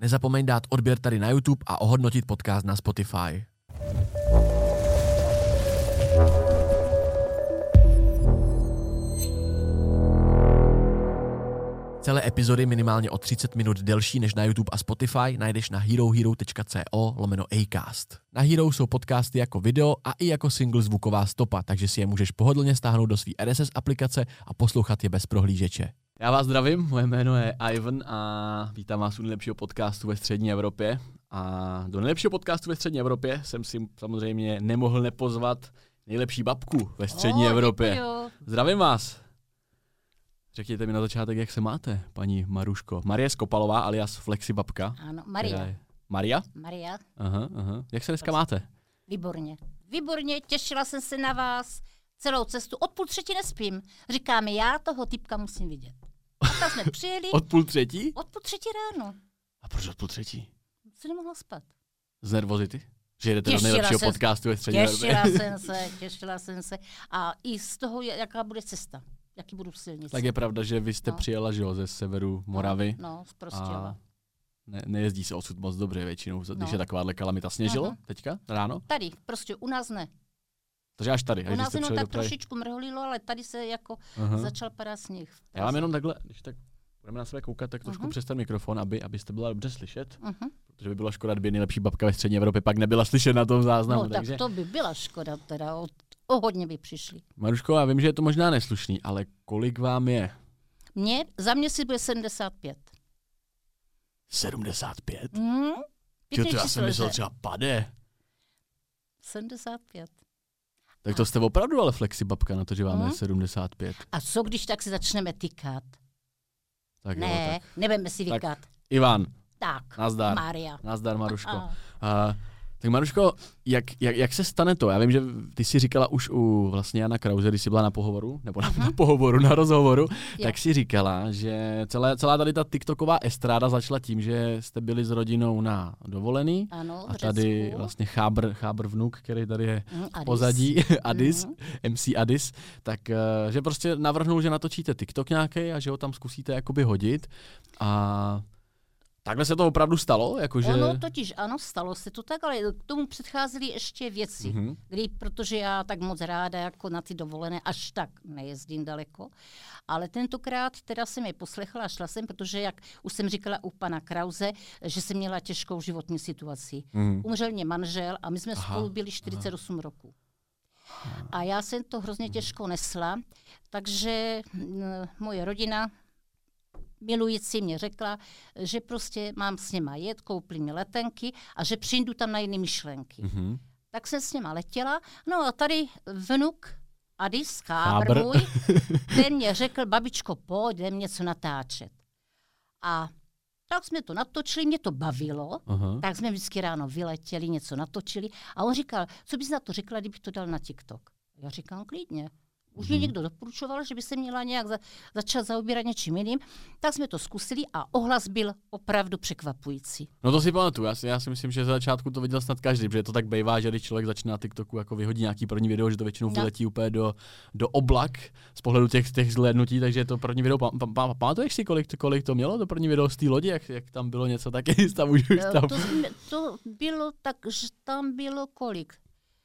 Nezapomeň dát odběr tady na YouTube a ohodnotit podcast na Spotify. Celé epizody minimálně o 30 minut delší než na YouTube a Spotify najdeš na herohero.co/acast. Na Hero jsou podcasty jako video a i jako single zvuková stopa, takže si je můžeš pohodlně stáhnout do své RSS aplikace a poslouchat je bez prohlížeče. Já vás zdravím, moje jméno je Ivan a vítám vás u nejlepšího podcastu ve střední Evropě. A do nejlepšího podcastu ve střední Evropě jsem si samozřejmě nemohl nepozvat nejlepší babku ve střední Evropě. Děkuju. Zdravím vás. Řekněte mi na začátek, jak se máte, paní Maruško. Marie Skopalová alias Flexibabka. Ano, Maria. Maria? Maria. Aha. Jak se dneska máte? Výborně. Výborně, těšila jsem se na vás celou cestu. Od 2:30 nespím. Říká mi, já toho typka musím vidět. A tak jsme přijeli. Od 2:30? Od 2:30 ráno. A proč od 2:30? Se nemohla spát. Z nervozity? Že jedete do nejlepšího podcastu ve střední Evropě? Těšila jsem se. A i z toho, jaká bude cesta. Jaký budou silnice. Tak je pravda, že vy jste přijela, že jo, ze severu Moravy. No, z Prostějova. Nejezdí se odsud moc dobře většinou, když je takováhle kalamita. Sněžilo teďka ráno? Tady, prostě u nás ne. Takže až tady. U nás jenom tak trošičku mrholilo, ale tady se jako začal padat sněh. Já vám jenom takhle, když tak budeme na sebe koukat, tak trošku přes ten mikrofon, abyste byla dobře slyšet. Protože by byla škoda, kdyby nejlepší babka ve střední Evropě pak nebyla slyšet na tom záznamu. No takže... tak to by byla škoda teda, o hodně by přišli. Maruško, já vím, že je to možná neslušný, ale kolik vám je? Za mě si bude 75. 75? Pěkný já jsem myslel třeba pade. 75. Tak to jste opravdu ale flexibabka na to, že vám je 75. A co když tak si začneme tykat? Tak ne, jo, tak. nebudeme si vykat. Ivan. Tak, nazdar. Mária. Nazdar, Maruško. Tak Maruško, jak se stane to? Já vím, že ty jsi říkala už u vlastně Jana Krause, když jsi byla na pohovoru, nebo na rozhovoru, tak si říkala, že celá tady ta TikToková estráda začala tím, že jste byli s rodinou na dovolený. Ano, a tady vlastně chábr vnuk, který tady je v pozadí, Adis, MC Adis, tak že prostě navrhnul, že natočíte TikTok nějaký a že ho tam zkusíte jakoby hodit a... Takhle se to opravdu stalo? Jakože... Ono totiž, ano, stalo se to tak, ale k tomu předcházely ještě věci, protože já tak moc ráda jako na ty dovolené až tak nejezdím daleko, ale tentokrát teda jsem je poslechla a šla jsem, protože jak už jsem říkala u pana Krause, že jsem měla těžkou životní situaci. Umřel mě manžel a my jsme spolu byli 48 roků. A já jsem to hrozně těžko nesla, takže moje rodina milující mě řekla, že prostě mám s něma jet, koupili mi letenky a že přijdu tam na jiné myšlenky. Tak jsem s něma letěla. No a tady vnuk Adis, chábr můj, ten mě řekl, babičko, pojď, jdem něco natáčet. A tak jsme to natočili, mě to bavilo, tak jsme vždycky ráno vyletěli, něco natočili a on říkal, co bys na to řekla, kdybych to dal na TikTok? Já říkám, klidně. Už mě někdo doporučoval, že by se měla nějak začat zaobírat něčím jiným, tak jsme to zkusili a ohlas byl opravdu překvapující. No to si pamatuju, já si myslím, že za začátku to viděl snad každý, protože to tak bývá, že když člověk začne na TikToku jako vyhodí nějaký první video, že to většinou vyletí úplně do oblak z pohledu těch zhlédnutí, takže to první video, pamatuješ si, kolik to mělo, to první video z té lodi, jak tam bylo něco taky stav? To bylo tak, že tam bylo kolik?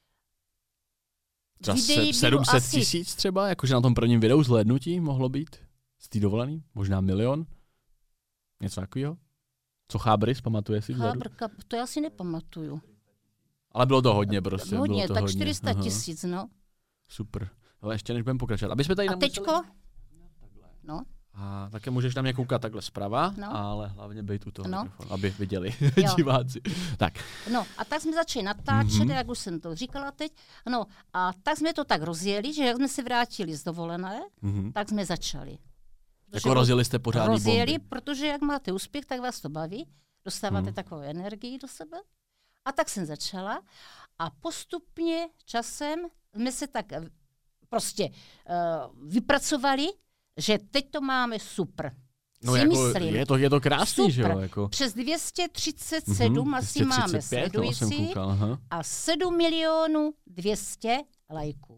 Třeba 700 000 třeba, jakože na tom prvním videu zhlédnutí mohlo být z té dovolený, možná 1 000 000, něco takového. Co chábry, pamatuje si? To já si nepamatuju. Ale bylo to hodně prostě. Hodně, tak hodně. 400 000, no. Super. Ale ještě než budeme pokračovat. Aby jsme tady a teďko? No. A také můžeš na mě koukat takhle zprava, ale hlavně bejt u toho mikrofonu, aby viděli diváci. Tak. No a tak jsme začali natáčet, jak už jsem to říkala teď. No a tak jsme to tak rozjeli, že jak jsme se vrátili z dovolené, tak jsme začali. Jako rozjeli jste pořádný bomby. Protože jak máte úspěch, tak vás to baví. Dostáváte takovou energii do sebe. A tak jsem začala a postupně časem jsme se tak prostě vypracovali, že teď to máme super. No jako, je to krásný, super. Že jo? Jako... Přes 237 asi máme sledující a 7 200 000 lajků.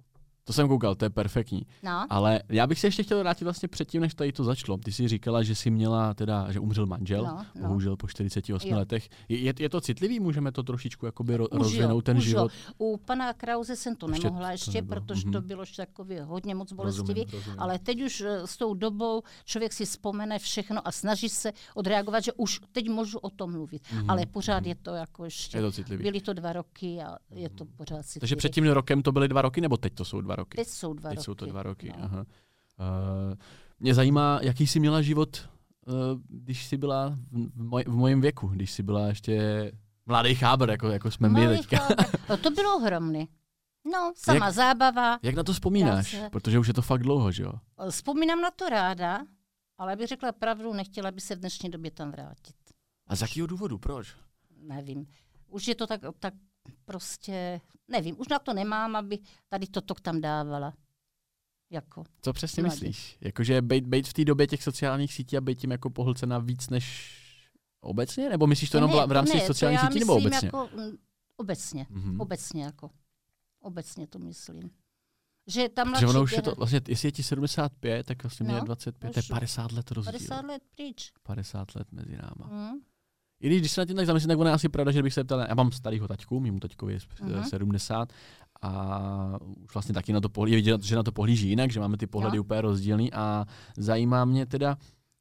To jsem koukal, to je perfektní. No. Ale já bych se ještě chtěl vrátit vlastně předtím, než tady to začalo. Ty jsi říkala, že jsi měla teda, že umřel manžel, bohužel po 48 letech. Je to citlivý? Můžeme to trošičku jakoby rozvinout ten život? U pana Krause jsem to nemohla ještě, protože to bylo takově hodně moc bolestivý, ale teď už s tou dobou člověk si vzpomene všechno a snaží se odreagovat, že už teď můžu o tom mluvit. Ale pořád je to jako ještě, byly to 2 roky a je to pořád citlivý. Takže před tím rokem to byly 2 roky, nebo teď to jsou 2 roky? Teď jsou 2 roky. Teď jsou to 2 roky, no. Aha. Mě zajímá, jaký jsi měla život, když jsi byla v mojím věku, když jsi byla ještě mladý chábr, jako jsme my teďka. No, to bylo ohromný. No, sama zábava. Jak na to vzpomínáš? Protože už je to fakt dlouho, že jo? Vzpomínám na to ráda, ale abych řekla pravdu, nechtěla by se v dnešní době tam vrátit. A z jakého důvodu? Proč? Nevím. Už je to tak prostě, nevím, už na to nemám, aby tady toto tam dávala. Jako. Co přesně myslíš? Jakože být v té době těch sociálních sítí a být tím jako pohlcena víc než obecně? Nebo myslíš to jenom v rámci sociálních sítí nebo obecně? Jako, obecně. Obecně jako. Obecně to myslím. Že tam protože ono už je to, vlastně, jestli je ti 75, tak vlastně mě je 25, to je 50 let rozdíl. 50 let pryč. 50 let mezi náma. I když se na tím tak zamyslím, tak ono je asi pravda, že bych se ptal, já mám starýho taťku, mému taťkovi je 70 a už vlastně taky na to pohlíží, že na to pohlíží jinak, že máme ty pohledy úplně rozdílný a zajímá mě teda,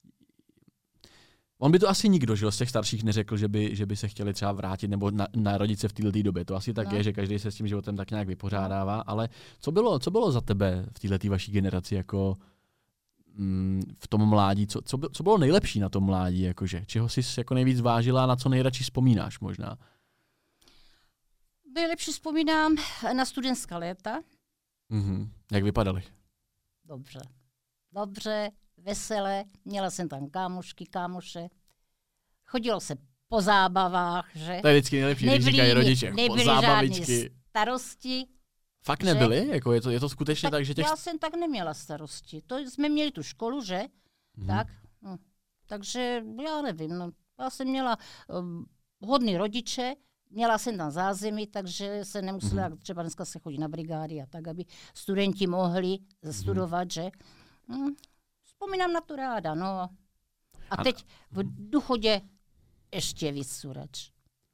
on by to asi nikdo, že z těch starších neřekl, že by se chtěli třeba vrátit nebo narodit se v této době. To asi tak je, že každý se s tím životem tak nějak vypořádává, ale co bylo za tebe v této vaší generaci jako v tom mládí, co bylo nejlepší na tom mládí, jakože? Čeho jsi jako nejvíc vážila a na co nejradši vzpomínáš možná? Nejlepší vzpomínám na studentská léta. Jak vypadaly? Dobře, veselé, měla jsem tam kámoše. Chodilo se po zábavách, že? To je vždycky nejlepší, když říkají rodiče, po zábavičky. Starosti. Fakt nebyly? Jako je to skutečně tak, že Já jsem tak neměla starosti. To jsme měli tu školu, že? Tak. No. Takže já nevím. No. Já jsem měla hodný rodiče, měla jsem tam zázemí, takže se nemusela, třeba dneska se chodí na brigády a tak, aby studenti mohli studovat, že? Vzpomínám na to ráda, no. A teď v důchodě ještě víc surač.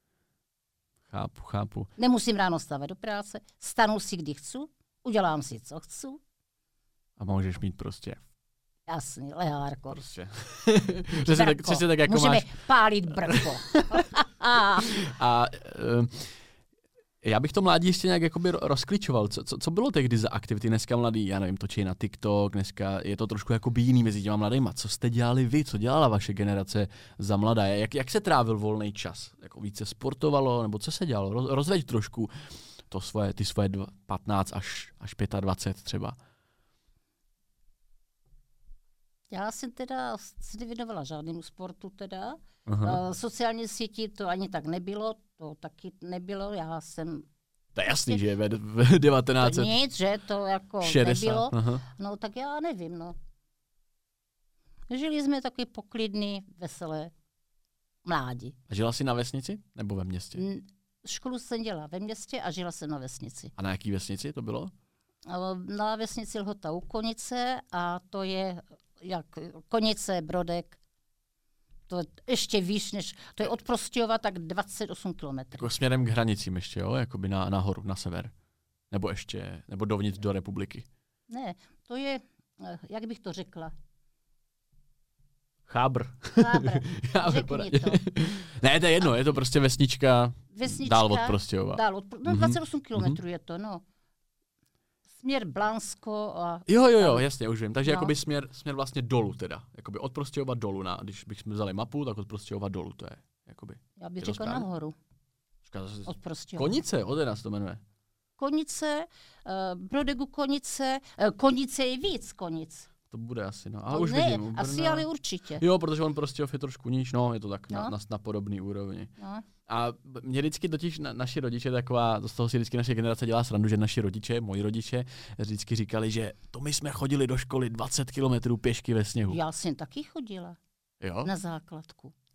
Chápu. Nemusím ráno stávat do práce, stanu si, kdy chci, udělám si, co chci. A můžeš mít prostě. Jasný, lehárko. Prostě. Přesně tak, jako můžeme máš. Pálit brko. Já bych to mládí ještě nějak jakoby rozklíčoval. Co bylo tehdy za aktivity? Dneska mladí, já nevím, točí na TikTok, dneska je to trošku jakoby jiný mezi těma mladýma. Co jste dělali vy? Co dělala vaše generace za mladá? Jak se trávil volný čas? Jako více sportovalo? Nebo co se dělalo? Rozveď trošku ty svoje 15 až 25 třeba. Já jsem teda se nevěnovala žádnému sportu teda. Sociální síti to ani tak nebylo, to taky nebylo, já jsem... To je jasný, že ve 19... Nic, že to jako 60. nebylo. No tak já nevím, no. Žili jsme taky poklidný, veselé mládí. A žila jsi na vesnici nebo ve městě? Školu jsem dělala ve městě a žila jsem na vesnici. A na jaký vesnici to bylo? Na vesnici Lhota u Konice a to je jak Konice, Brodek. To je ještě výš, než to je od Prostějova tak 28 kilometrů. Jako směrem k hranicím ještě, jo? Jakoby nahoru, na sever. Nebo dovnitř do republiky. Ne, to je, jak bych to řekla? Chábr. Řekni to. Ne, to je jedno, je to prostě vesnička dál od Prostějova. 28 kilometrů je to, no. Směr Blansko a... Jo, jasně, už vím. Takže jakoby směr vlastně dolů teda. Jakoby od Prostějova dolů. Když bychom vzali mapu, tak od Prostějova dolů to je. Jakoby. Já bych řekla nahoru. Od Prostějova. Konice, od nás to jmenuje. Konice, Brodegu Konice, Konice je víc Konic. To bude asi, no. Ale už vidím. Asi ale určitě. Jo, protože on Prostějov je trošku níž, no, je to tak na podobný úrovni. No. A mě vždycky totiž naši rodiče z toho si vždycky naše generace dělá srandu, že naši rodiče, moji rodiče, vždycky říkali, že to my jsme chodili do školy 20 kilometrů pěšky ve sněhu. Já jsem taky chodila. Jo? Na základku.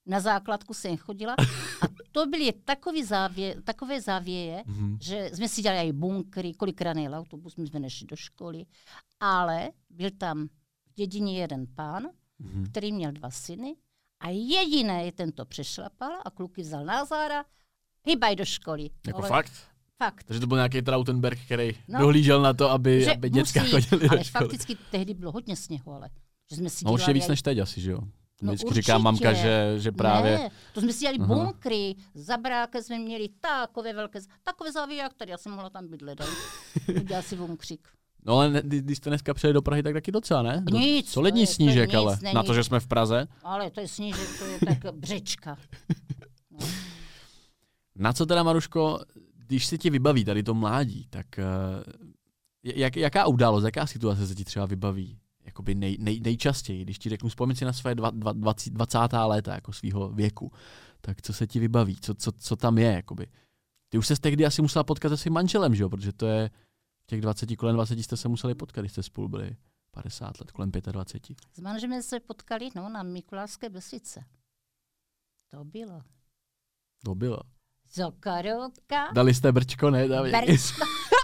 Na základku jsem chodila a to byly takové závěje, že jsme si dělali i bunkry, kolikrát nejel autobus, my jsme nešli do školy, ale byl tam v dědině jeden pán, který měl 2 syny a jediný tento přešlapal a kluky vzal na záda, hýbaj do školy. Jako fakt? Fakt. Takže to byl nějaký Trautenberg, který dohlížel na to, aby děcka chodili do školy. Fakticky tehdy bylo hodně sněhu, ale že jsme si už je víc než teď asi, že jo? Vždycky říká mamka, že právě... Ne, to jsme si dělali bunkry, za brákem jsme měli takové závěje, jak tady, já jsem mohla tam bydlet. Udělal si bunkřík. No ale když jste dneska přijeli do Prahy, tak taky docela, ne? Nic. Solidní snížek, ale na to, že jsme v Praze. Ale to je snížek, to je tak břečka. No. Na co teda, Maruško, když se ti vybaví tady to mládí, tak jaká událost, jaká situace se ti třeba vybaví? Jakoby nejčastěji, když ti řeknu, vzpomíň si na své 20. léta jako svýho věku, tak co se ti vybaví, co tam je, jakoby. Ty už se tehdy asi musela potkat se svým manželem, že jo, protože to je těch 20, kolem 20 jste se museli potkat, když jste spolu byli 50 let, kolem 25. S manželem se potkali, na Mikulášské Bystrice. To bylo. Zokaroka. Dali jste brčko, ne? Brčko.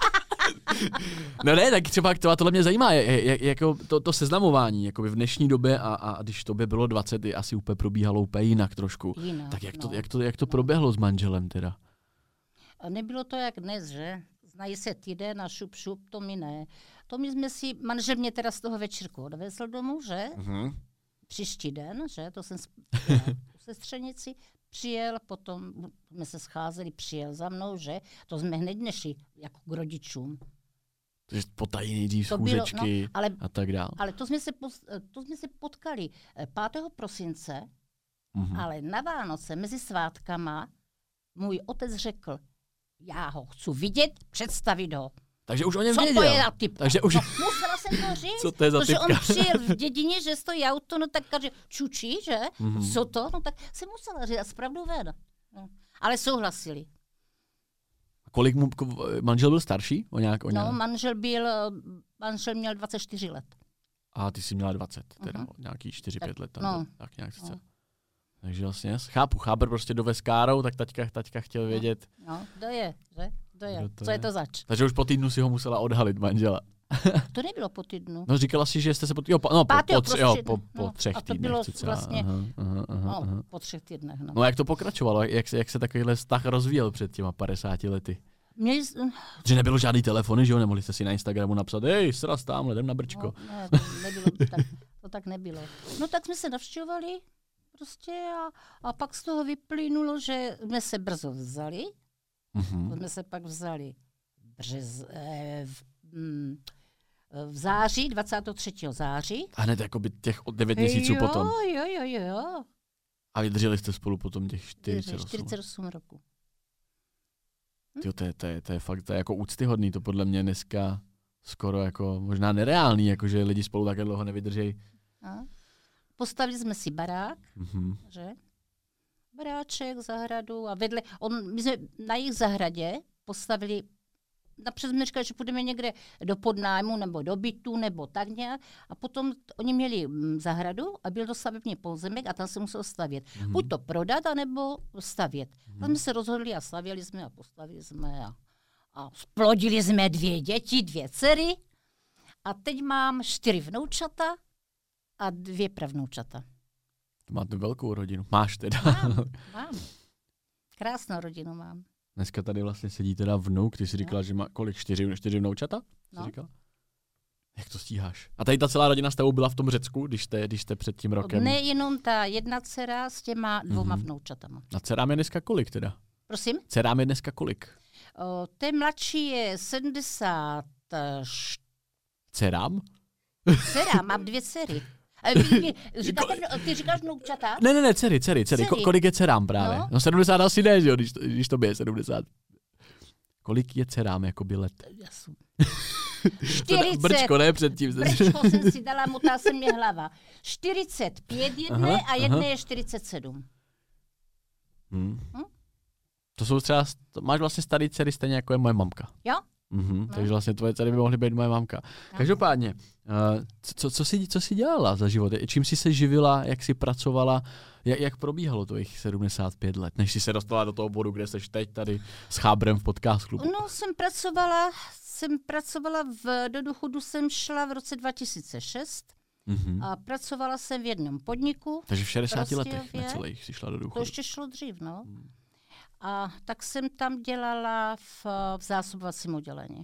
No ne, tak třeba tohle mě zajímá, jako to seznamování jako v dnešní době a když tobě bylo 20, asi úplně probíhalo úplně jinak trošku. Tak jak to proběhlo s manželem teda? Nebylo to jak dnes, že? Znají se týden a šup, to mi ne. To my jsme si, manžel mě teda z toho večírku odvezl domů, že? Příští den, že? To jsem u sestřenici. Přijel, potom jsme se scházeli, přijel za mnou, že? To jsme hned nešli jako k rodičům. Takže potají nejdřív schůzečky a tak dále. Ale to jsme se potkali 5. prosince, ale na Vánoce mezi svátkama můj otec řekl, já ho chci vidět, představit ho. Takže už o něm věděl. Co to je za typka? Takže už... musela jsem to říct. Co to je za protože typka? on přijel v dědině, že stojí auto, no tak kaže, čučí, že? Co to? No tak jsem musela říct, zpravdu ven. No. Ale souhlasili. Kolik mu manžel byl starší? No, manžel měl 24 let. A ty jsi měla 20, teda nějaký 4-5 let tam. Tak nějak sice. Takže vlastně chápu, prostě dovez károu, tak taťka chtěl vědět. No, kdo je, že? Co je to zač? Takže už po týdnu si ho musela odhalit manžela. To nebylo po týdnu. No říkala si, že jste se po 3 týdnech. A to bylo vlastně po 3 týdnech. No a jak to pokračovalo? Jak se takovýhle vztah rozvíjel před těma 50 lety? Že nebylo žádný telefony, že jo? Nemohli jste si na Instagramu napsat, hej, sraz tamhle, jdem na brčko. No, ne, to tak nebylo. No tak jsme se navštěvovali prostě a pak z toho vyplynulo, že jsme se brzo vzali. To jsme se pak vzali v září, 23. září. A hned jakoby těch 9 měsíců potom. Jo. A vydrželi jste spolu potom těch 48 roku. Tyjo, to je fakt, to je jako úctyhodný, to podle mě dneska skoro jako možná nereálný, jako že lidi spolu také dlouho nevydržejí. Postavili jsme si barák, že? Baráček, zahradu a vedle, my jsme na jejich zahradě postavili, napřed jsme říkali, že půjdeme někde do podnájmu nebo do bytu nebo tak nějak a potom oni měli zahradu a byl to stavební pozemek a tam se musel stavět. Buď to prodat, anebo stavět. Tam jsme se rozhodli a stavěli jsme a postavili jsme a splodili jsme 2 děti, 2 dcery a teď mám 4 vnoučata a 2 pravnoučata. Máte velkou rodinu. Máš teda. Mám. Krásnou rodinu mám. Dneska tady vlastně sedí teda vnuk, ty jsi říkala, že má kolik? 4 vnoučata? No. Jak to stíháš? A tady ta celá rodina s tebou byla v tom Řecku, když jste před tím rokem? Ne, jenom ta jedna dcera s těma 2 vnoučatama. A dcerám je dneska kolik teda? Prosím? Dcerám je dneska kolik? Ten mladší je 70. Dcerám? Dcerám, mám 2 dcery. Ty říkáš vnoučata? Ne, dcery. Kolik je dcerám právě? No 70 asi ne, že jo, když to je 70. Kolik je dcerám jakoby let? 40. Brčko, ne předtím. Brčko jsem si dala, mutá se mě hlava. 45 jedné a jedné je 47. To jsou třeba, máš vlastně starý dcery stejně jako je moje mamka. Jo? Takže vlastně tvoje dcery by mohly být moje mamka. Každopádně, co jsi dělala za život? Čím jsi se živila, jak jsi pracovala, jak probíhalo to jich 75 let, než jsi se dostala do toho bodu, kde jsi teď tady s Chábrem v podcast klubu? No, jsem pracovala do důchodu jsem šla v roce 2006 a pracovala jsem v jednom podniku. Takže v 60 letech necelých jsi šla do důchodu. To ještě šlo dřív, no. A tak jsem tam dělala v zásobovacím oddělení.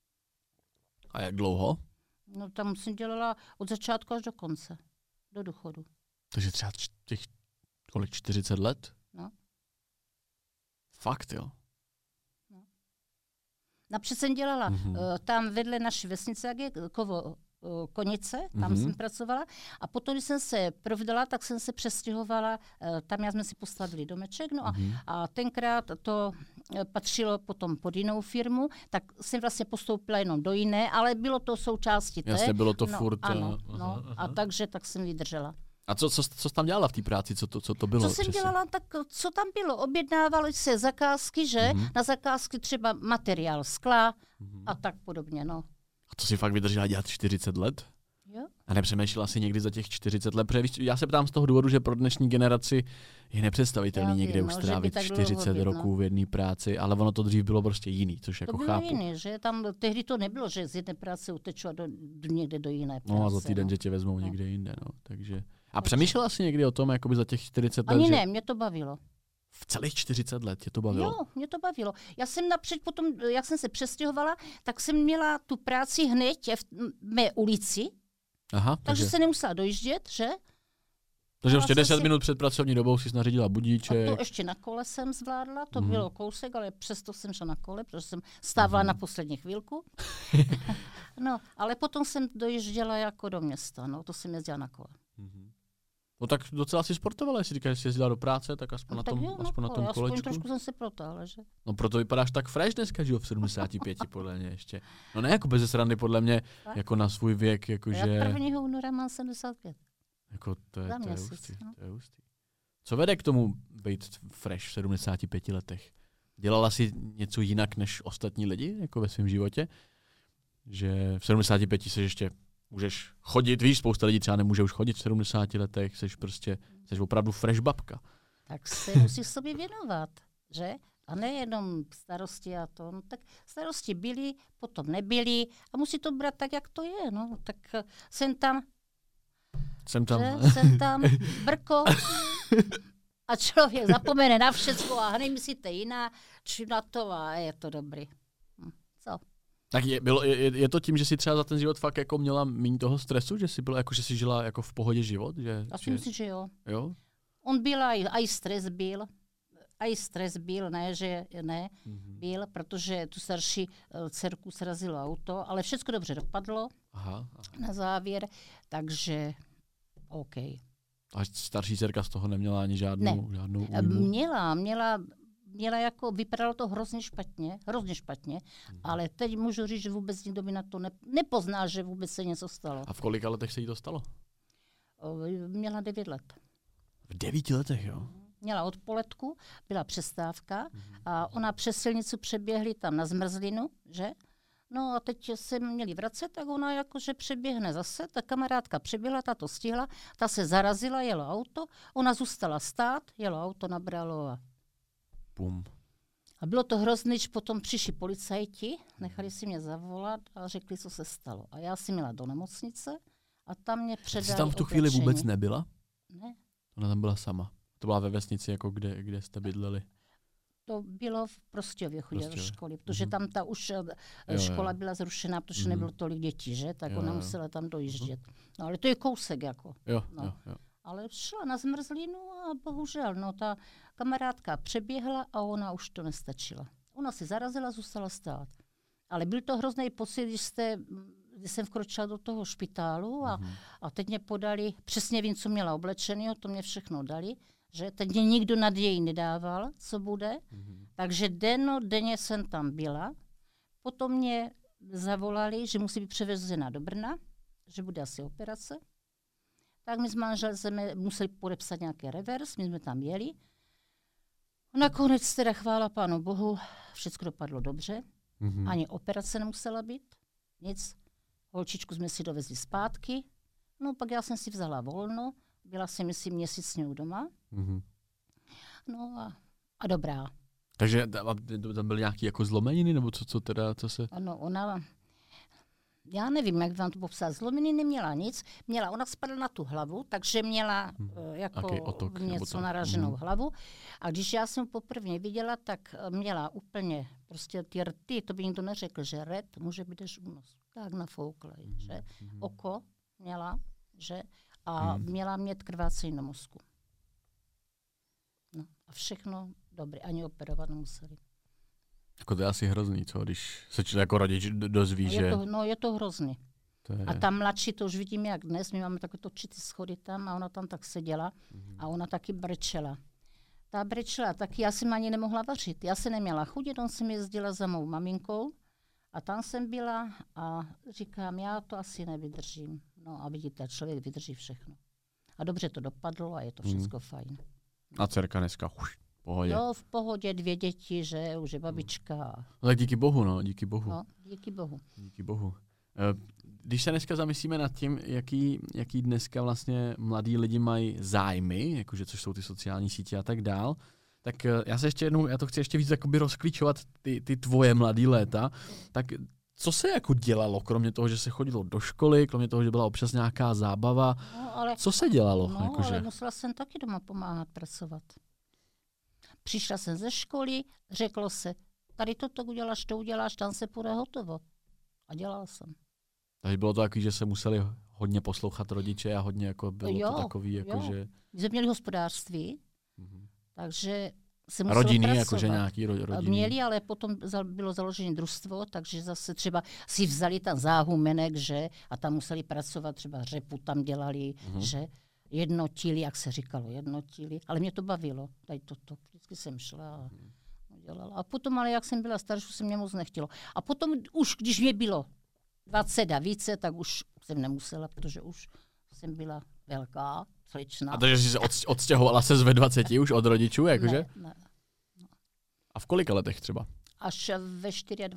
A jak dlouho? No tam jsem dělala od začátku až do konce, do důchodu. Takže třeba těch 40 let? No. Fakt, jo? No. Napřed jsem dělala tam vedle naší vesnice, jak je Konice, tam jsem pracovala. A potom, když jsem se provdala, tak jsem se přestěhovala, tam jsme si postavili domeček, no a tenkrát to patřilo potom pod jinou firmu, tak jsem vlastně postoupila jenom do jiné, ale bylo to součástí té. Jasně, bylo to furt. Ano, a takže tak jsem vydržela. A co jsi tam dělala v té práci? Co to bylo? Co jsem dělala, tak co tam bylo? Objednávalo se zakázky, že? Na zakázky třeba materiál skla a tak podobně, no. A to si fakt vydržela dělat 40 let? Jo. A nepřemýšlela si někdy za těch 40 let? Protože já se ptám z toho důvodu, že pro dnešní generaci je nepředstavitelný někde už strávit 40 roků v jedné práci, ale ono to dřív bylo prostě jiný, což jako chápu. To bylo jiný, že? Tam tehdy to nebylo, že z jedné práce uteču a někde do jiné práce. No a za týden, že tě vezmou někde jinde, no. Takže... A přemýšlela jsi někdy o tom, jakoby za těch 40 let? Ani ne, mě to bavilo. V celých 40 let tě to bavilo? Jo, mě to bavilo. Já jsem napřed potom, jak jsem se přestěhovala, tak jsem měla tu práci hned v mé ulici. Aha, takže se nemusela dojíždět, že? Takže ještě 10 minut před pracovní dobou si nařídila budíček. A to ještě na kole jsem zvládla, to bylo kousek, ale přesto jsem šla na kole, protože jsem stávala na poslední chvílku. No, ale potom jsem dojížděla jako do města, no, to jsem jezdila na kole. No tak docela si sportovala, jestli říkáš, že jsi jezdila do práce, tak aspoň na tom kolečku. Aspoň trošku jsem se protáhla, že? No proto vypadáš tak fresh dneska, že jo, v 75 podle mě ještě. No ne jako bez srandy, podle mě, tak? Jako na svůj věk, jakože... Já 1. února mám 75. Jako to je hustý. Co vede k tomu být fresh v 75 letech? Dělala jsi něco jinak než ostatní lidi, jako ve svém životě? Že v 75 se ještě můžeš chodit, víš, spousta lidí třeba nemůže už chodit v 70 letech, jsi opravdu fresh babka. Tak se musíš sobě věnovat, že? A nejenom starosti a to. No, tak starosti byly, potom nebyly a musí to brát tak, jak to je. No. Tak jsem tam, brko a člověk zapomene na všecko a hned myslíte jiná, či na to a je to dobrý. Co? Tak je to tím, že jsi třeba za ten život fakt jako měla méně toho stresu, že jsi byla jako, že jsi žila jako v pohodě život? Já si myslím, že jo. Jo? On byl, aj stres byl. A stres byl, ne, že ne, byl, protože tu starší dcerku srazilo auto, ale všechno dobře dopadlo na závěr, takže OK. A starší dcerka z toho neměla ani žádnou újmu? Měla jako, vypadalo to hrozně špatně, ale teď můžu říct, že vůbec nikdo by na to nepoznal, že vůbec se něco stalo. A v kolika letech se jí to stalo? Měla 9 let. V 9 letech, jo? Měla odpoledku, byla přestávka a ona přes silnici přeběhli tam na zmrzlinu, že? No a teď se měli vracet, tak ona jakože přeběhne zase, ta kamarádka přeběhla, ta to stihla, ta se zarazila, jelo auto, ona zůstala stát, jelo auto, nabralo a... Bum. A bylo to hrozný, když potom přišli policajti, nechali si mě zavolat a řekli, co se stalo. A já si měla do nemocnice a tam mě předali. Jsi tam v tu chvíli vůbec nebyla? Ne. Ona tam byla sama. To byla ve vesnici, jako kde jste bydleli? To bylo v Prostějově, chodila do školy, protože tam ta už škola byla zrušená, protože nebylo tolik dětí, že? Tak ona musela tam dojíždět. No ale to je kousek jako. Jo. Ale šla na zmrzlinu a bohužel, no ta kamarádka přeběhla a ona už to nestačila. Ona si zarazila, zůstala stát. Ale byl to hrozný pocit, když jsem vkročila do toho špitálu a teď mě podali, přesně vím, co měla oblečeného, to mě všechno dali, že teď mě nikdo naději nedával, co bude. Takže denně jsem tam byla. Potom mě zavolali, že musí být převezena do Brna, že bude asi operace. Tak my s manželem jsme museli podepsat nějaký revers, my jsme tam jeli. Nakonec teda chvála Pánu Bohu, všechno dopadlo dobře. Ani operace nemusela být, nic. Holčičku jsme si dovezli zpátky, no pak já jsem si vzala volno, byla jsem si měsíc s ňou doma, no a dobrá. Takže tam byly nějaké jako zlomeniny, nebo co se... Ano, ona, já nevím, jak vám to popsat, zlomeniny neměla nic, ona spadla na tu hlavu, takže měla jako otok, něco naraženou hlavu. A když já jsem poprvé viděla, tak měla úplně prostě ty rty, to by nikdo neřekl, že ret může být až únos. Tak nafouklej, že? Oko měla, že? A měla mít krvácení na mozku. No a všechno dobré, ani operovat nemuseli. Jako to je asi hrozný, co? Když se člověk jako rodič dozví, že... Je to hrozný. A ta mladší, to už vidím jak dnes, my máme takové točitý schody tam a ona tam tak seděla a ona taky brečela. Ta brečela taky, já jsem ani nemohla vařit. Já jsem neměla chuť, jenom jsem jezdila za mou maminkou a tam jsem byla a říkám, já to asi nevydržím. No a vidíte, člověk vydrží všechno. A dobře to dopadlo a je to všechno fajn. A dcerka dneska v pohodě. Jo, v pohodě, 2 děti, že už je babička. No tak díky bohu, no, díky bohu. No, díky bohu. Díky bohu. Když se dneska zamyslíme nad tím, jaký dneska vlastně mladí lidi mají zájmy, jakože což jsou ty sociální sítě a tak dál, tak já to chci ještě víc jakoby rozklíčovat ty tvoje mladý léta, tak co se jako dělalo, kromě toho, že se chodilo do školy, kromě toho, že byla občas nějaká zábava, co se dělalo? No, ale musela jsem taky doma pomáhat pracovat. Přišla jsem ze školy, řeklo se, tady to uděláš, tam se půjde hotovo. A dělala jsem. Takže bylo to takový, že se museli hodně poslouchat rodiče a hodně jako bylo to takový, jako že... My jsme měli hospodářství, takže se muselo rodiny, pracovat. jakože nějaký rodiny. Měli, ale potom bylo založené družstvo, takže zase třeba si vzali tam záhumenek, že, a tam museli pracovat, třeba řepu tam dělali, že jednotili, jak se říkalo, ale mě to bavilo, tady toto, vždycky jsem šla a dělala. A potom, ale jak jsem byla starší, se mě moc nechtělo. A potom už, když mě bylo 20 a více, tak už jsem nemusela, protože už jsem byla velká, slečna. A takže jsi se odstěhovala se ve 20 už od rodičů, jakože? Ne. A v kolika letech třeba? Až ve 24.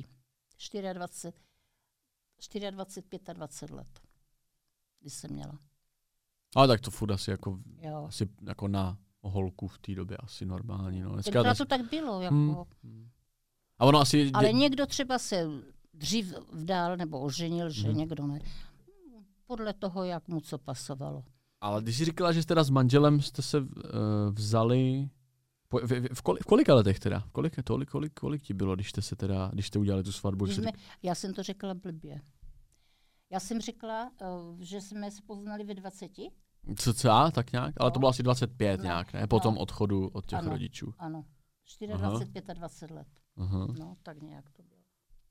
24, 25 let, když jsem měla. Ale tak to furt asi jako na holku v té době asi normální. No. Tenkrát to tak bylo. Jako. A ono asi... Ale někdo třeba se dřív vdál nebo oženil, že někdo ne. Podle toho, jak mu co pasovalo. Ale když jsi říkala, že teda s manželem jste se vzali... V kolika letech teda? Kolik ti bylo, když jste udělali tu svatbu? Já jsem to řekla blbě. Já jsem řekla, že jsme se poznali ve 20. Co? Tak nějak? Ale to bylo asi 25 nějak, ne? Po tom odchodu od těch rodičů. Ano. 24, 25 let. Aha. No, tak nějak to bylo.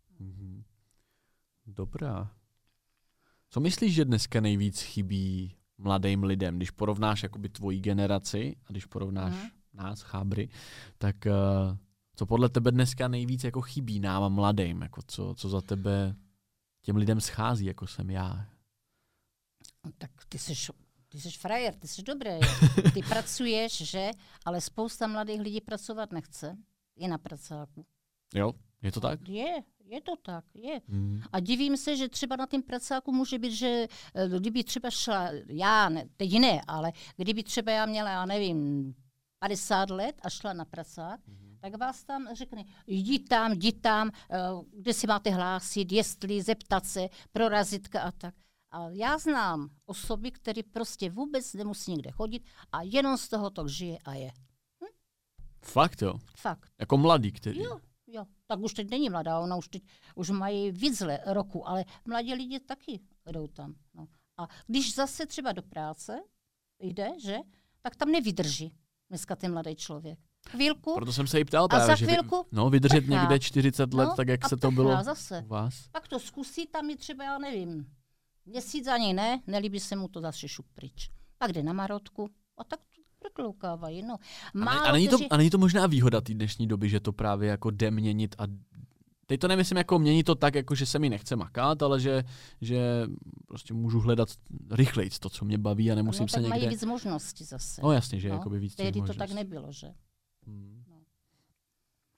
Dobrá. Co myslíš, že dneska nejvíc chybí mladým lidem, když porovnáš jakoby tvoji generaci a když porovnáš nás, chábry, tak co podle tebe dneska nejvíc jako chybí nám mladým, jako co za tebe těm lidem schází, jako jsem já? No, tak ty jsi frajer, ty jsi dobrý. Ty pracuješ, že? Ale spousta mladých lidí pracovat nechce. Je na pracáku. Jo, je to tak? Je to tak, je. A divím se, že třeba na tom pracáku může být, že kdyby třeba šla, teď ne, ale kdyby třeba já měla, já nevím, 50 let a šla na pracák, tak vás tam řekne, jdi tam, kde si máte hlásit, jestli, zeptat se, pro razitka a tak. A já znám osoby, které prostě vůbec nemusí nikde chodit a jenom z toho to žije a je. Fakt jo? Fakt. Jako mladý, který? Jo. Tak už teď není mladá, ona už mají víc roku, ale mladí lidi taky jdou tam. No. A když zase třeba do práce jde, že, tak tam nevydrží dneska ten mladý člověk. Chvílku. Proto jsem se jí ptal právě, že vydržet někde 40 let, tak jak se to bylo zase. u vás. Pak to zkusí, tam je třeba, já nevím, měsíc ani ne, nelíbí se mu to, zase šup pryč. Pak jde na marotku a tak prokloukávají. No. A není to možná výhoda té dnešní doby, že to právě jako jde měnit a teď to nemyslím jako měnit to tak, jako že se mi nechce makat, ale že prostě můžu hledat rychleji to, co mě baví a nemusím se někde... mají víc možností zase. No jasně, že jakoby víc tehdy možností. to tak nebylo, že? No.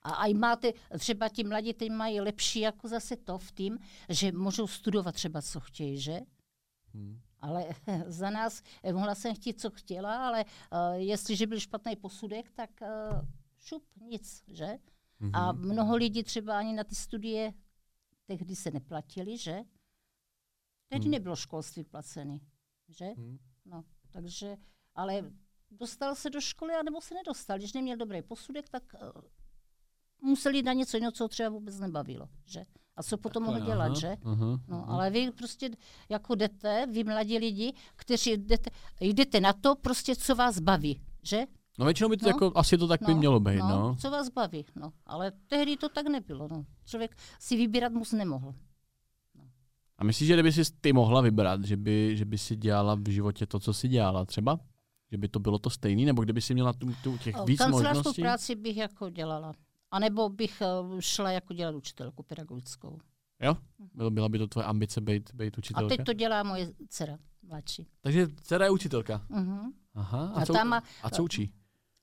A i máte, třeba ti mladí teď mají lepší jako zase to v tím, že můžou studovat třeba, co chtějí, že? Ale za nás, mohla jsem chtít, co chtěla, ale jestliže byl špatný posudek, tak šup, nic, že? A mnoho lidí třeba ani na ty studie tehdy se neplatili, že? Tehdy nebylo školství placený, že? No, takže, ale dostal se do školy, anebo se nedostal. Když neměl dobrý posudek, tak museli na něco jiného, co třeba vůbec nebavilo, že? A co potom mohl dělat, že? No, ale vy prostě jako jdete, vy mladí lidi, kteří jdete na to, prostě co vás baví, že? No většinou by to jako, asi to tak by mělo být, no. Co vás baví, no. Ale tehdy to tak nebylo, no. Člověk si vybírat moc nemohl. No. A myslíš, že kdyby si ty mohla vybrat, že by si dělala v životě to, co si dělala třeba? Že by to bylo to stejný, nebo kdyby si měla těch víc možností? Kancelářskou práci bych jako dělala. A nebo bych šla jako dělat učitelku pedagogickou. Jo? Byla by to tvoje ambice být učitelka? A teď to dělá moje dcera, mladší. Takže dcera je učitelka? Aha. A co učí?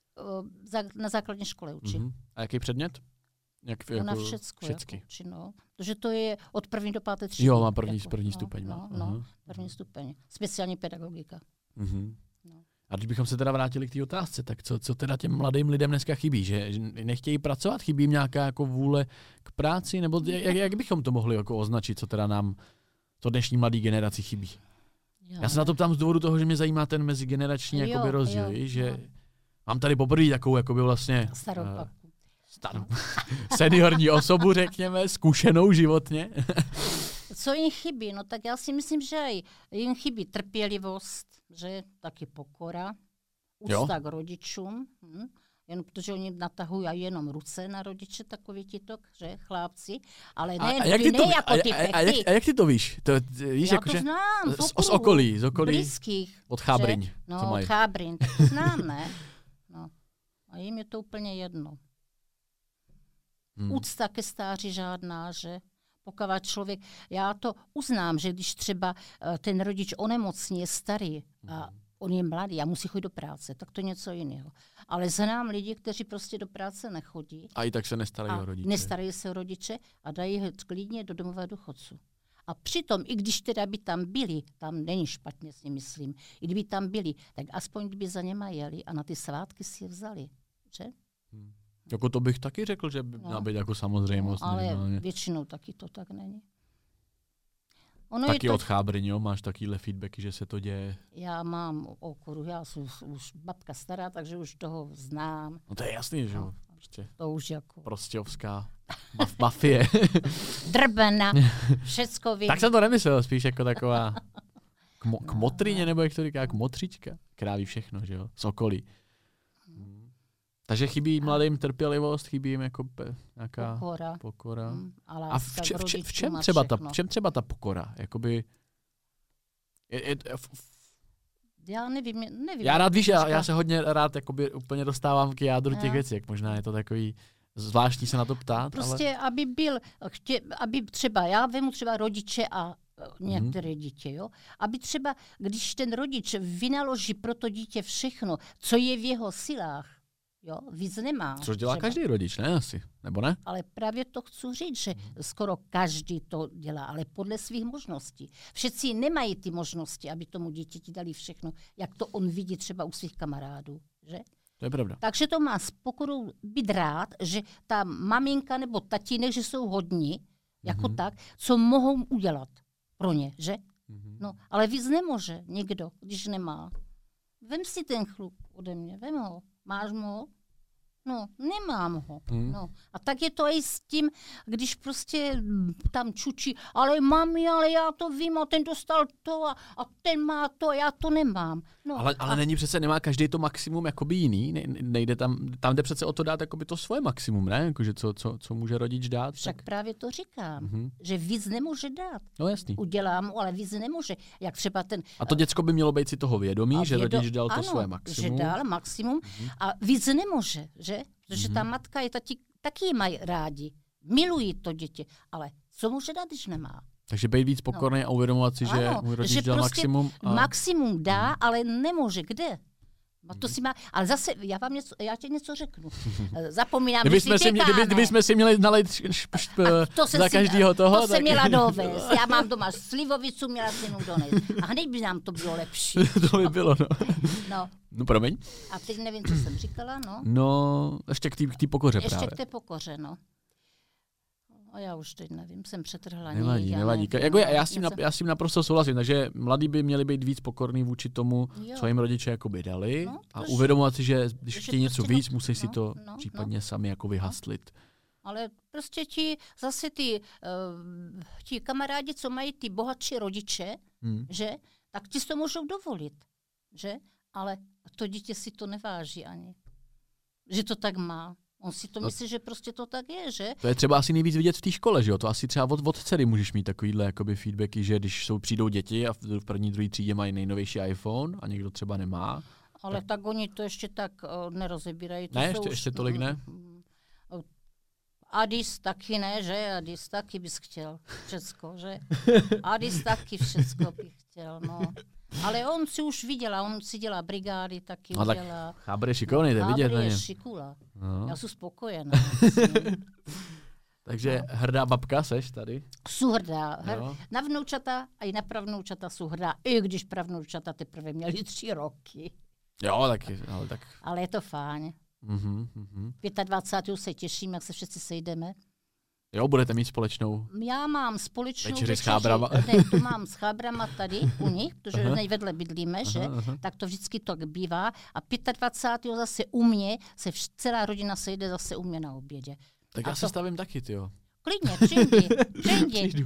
Na základní škole učí. A jaký předmět? Ona všecky. Jako učí, no. Protože to je od 1. do 5. třídy. Jo, má první stupeň. První stupeň. Speciální pedagogika. No. A když bychom se teda vrátili k té otázce, tak co teda těm mladým lidem dneska chybí? Že nechtějí pracovat? Chybí jim nějaká jako vůle k práci? Nebo jak bychom to mohli jako označit, co teda nám, co dnešní mladý generaci chybí? Já se na to ptám z důvodu toho, že mě zajímá ten mezigenerační jakoby rozdíl, že mám tady poprvé takovou jakoby vlastně starou seniorní osobu, řekněme, zkušenou životně. Co jim chybí? No tak já si myslím, že jim chybí trpělivost, že taky pokora, úcta k rodičům, jen protože oni natahují jenom ruce na rodiče, takový titok, že chlápci, ale ne jako ty pechty. A jak ty to víš? Víš já jako, to znám, z okolí, blízkých. Od Chábryň. No, od Chábryň, to znám, ne? No. A jim je to úplně jedno. Úcta ke stáří žádná, že? Pokud člověk, já to uznám, že když třeba ten rodič onemocní, je starý a on je mladý a musí chodit do práce, tak to je něco jiného. Ale znám lidi, kteří prostě do práce nechodí. A i tak se nestarají o rodiče. Nestarají se o rodiče a dají ho klidně do domova důchodců. A přitom, i když teda by tam byli, tam není špatně si myslím, i kdyby tam byli, tak aspoň kdyby za něma jeli a na ty svátky si je vzali. Že? Jako to bych taky řekl, že by měla být jako samozřejmost. Ale většinou taky to tak není. Taky od Chábryň, máš takovýhle feedbacky, že se to děje? Já mám okruh, já jsem už babka stará, takže už toho znám. No to je jasný, že jo? Prostě to už jako... Prostějovská mafie. Drbena, všecko vím. Tak jsem to nemyslel, spíš jako taková kmotryně, nebo jak to říká, kmotřička. Kráví všechno, že jo? Z okolí. Takže chybí mladým trpělivost, chybí jim jako nějaká pokora. A v čem třeba ta pokora? Jakoby... Já nevím. Já rád víš, já se hodně rád jakoby úplně dostávám k jádru těch věcí, jak možná je to takový zvláštní se na to ptát. Prostě, ale... aby třeba, já vemu třeba rodiče a některé dítě, jo? Aby třeba, když ten rodič vynaloží pro to dítě všechno, co je v jeho silách, jo, víc nemá. Což dělá každý rodič, ne asi, nebo ne? Ale právě to chci říct, že skoro každý to dělá, ale podle svých možností. Všetci nemají ty možnosti, aby tomu dítěti dali všechno, jak to on vidí třeba u svých kamarádů, že? To je pravda. Takže to má s pokorou být rád, že ta maminka nebo tatínek, že jsou hodní, jako tak, co mohou udělat pro ně, že? No, ale víc nemůže nikdo, když nemá. Vem si ten chlup ode mě, vem ho. Máš ho? No, nemám ho. No. A tak je to i s tím, když prostě tam čučí, ale mami, ale já to vím, a ten dostal to a ten má to a já to nemám. No, ale není přece, nemá každý to maximum jakoby jiný? Nejde tam jde přece o to dát jakoby to svoje maximum, ne? Jakože co může rodič dát? Však tak... právě to říkám, že víc nemůže dát. No jasný. Udělám mu, ale víc nemůže. Jak třeba ten... A to děcko by mělo být si toho vědomí, že rodič dal to svoje maximum? Že dal maximum a víc nemůže, že? Protože ta matka je taky mají rádi. Milují to dítě, ale co může dát, když nemá? Takže být víc pokorný a uvědomovat si, že můj rodič dal prostě maximum. Maximum dá, ale nemůže. Kde? No to si má, ale zase, já ti něco řeknu. Zapomínám, Kdybychom si měli nalejt za každého toho. To jsem měla dovést. Já mám doma slivovicu, měla jsem mu donést. A hned by nám to bylo lepší. To by bylo, no. No promiň. A teď nevím, co jsem říkala, no. No, ještě k té pokoře ještě právě. Ještě k té pokoře, no. A já už teď nevím, jsem přetrhla. Nevadí. Jako já s tím naprosto souhlasím, takže mladí by měli být víc pokorný vůči tomu, co jim rodiče jakoby dali a uvědomovat si, že když chtějí něco víc, musí si to případně sami jako vyhastlit. Ale prostě ti kamarádi, co mají ty bohatší rodiče, že, tak ti si to můžou dovolit, že? Ale to dítě si to neváží ani, že to tak má. On si to myslí, že prostě to tak je, že? To je třeba asi nejvíc vidět v té škole, že jo? To asi třeba od dcery můžeš mít takovýhle jakoby feedbacky, že když přijdou děti a v první, druhé třídě mají nejnovější iPhone a někdo třeba nemá. Ale tak oni to ještě tak nerozebírají. To ne, ještě tolik ne? Adis taky ne, že? Adis taky bys chtěl všecko, že? Adis taky všecko bych chtěl, no. Ale on si už vydělá, on si dělá brigády, taky no, dělá. Chábr je šikovný, to je vidět. Chábr je šikula. No. Já jsem spokojená. Takže hrdá babka seš tady? Jsou hrdá. Na vnoučata a i na pravnoučata jsou hrdá, i když pravnoučata teprve měli 3 roky. Jo, tak. Ale je to fajn. 25. se těším, jak se všichni sejdeme. Jo, budete mít společnou. Já mám společnou večeři s chábrama. Ne, to mám s chábrama tady u nich, protože nejvedle bydlíme, že? Tak to vždycky tak bývá. A 25. zase u mě se celá rodina sejde zase u mě na obědě. Tak já se stavím taky, tyjo. Klidně, přijdi.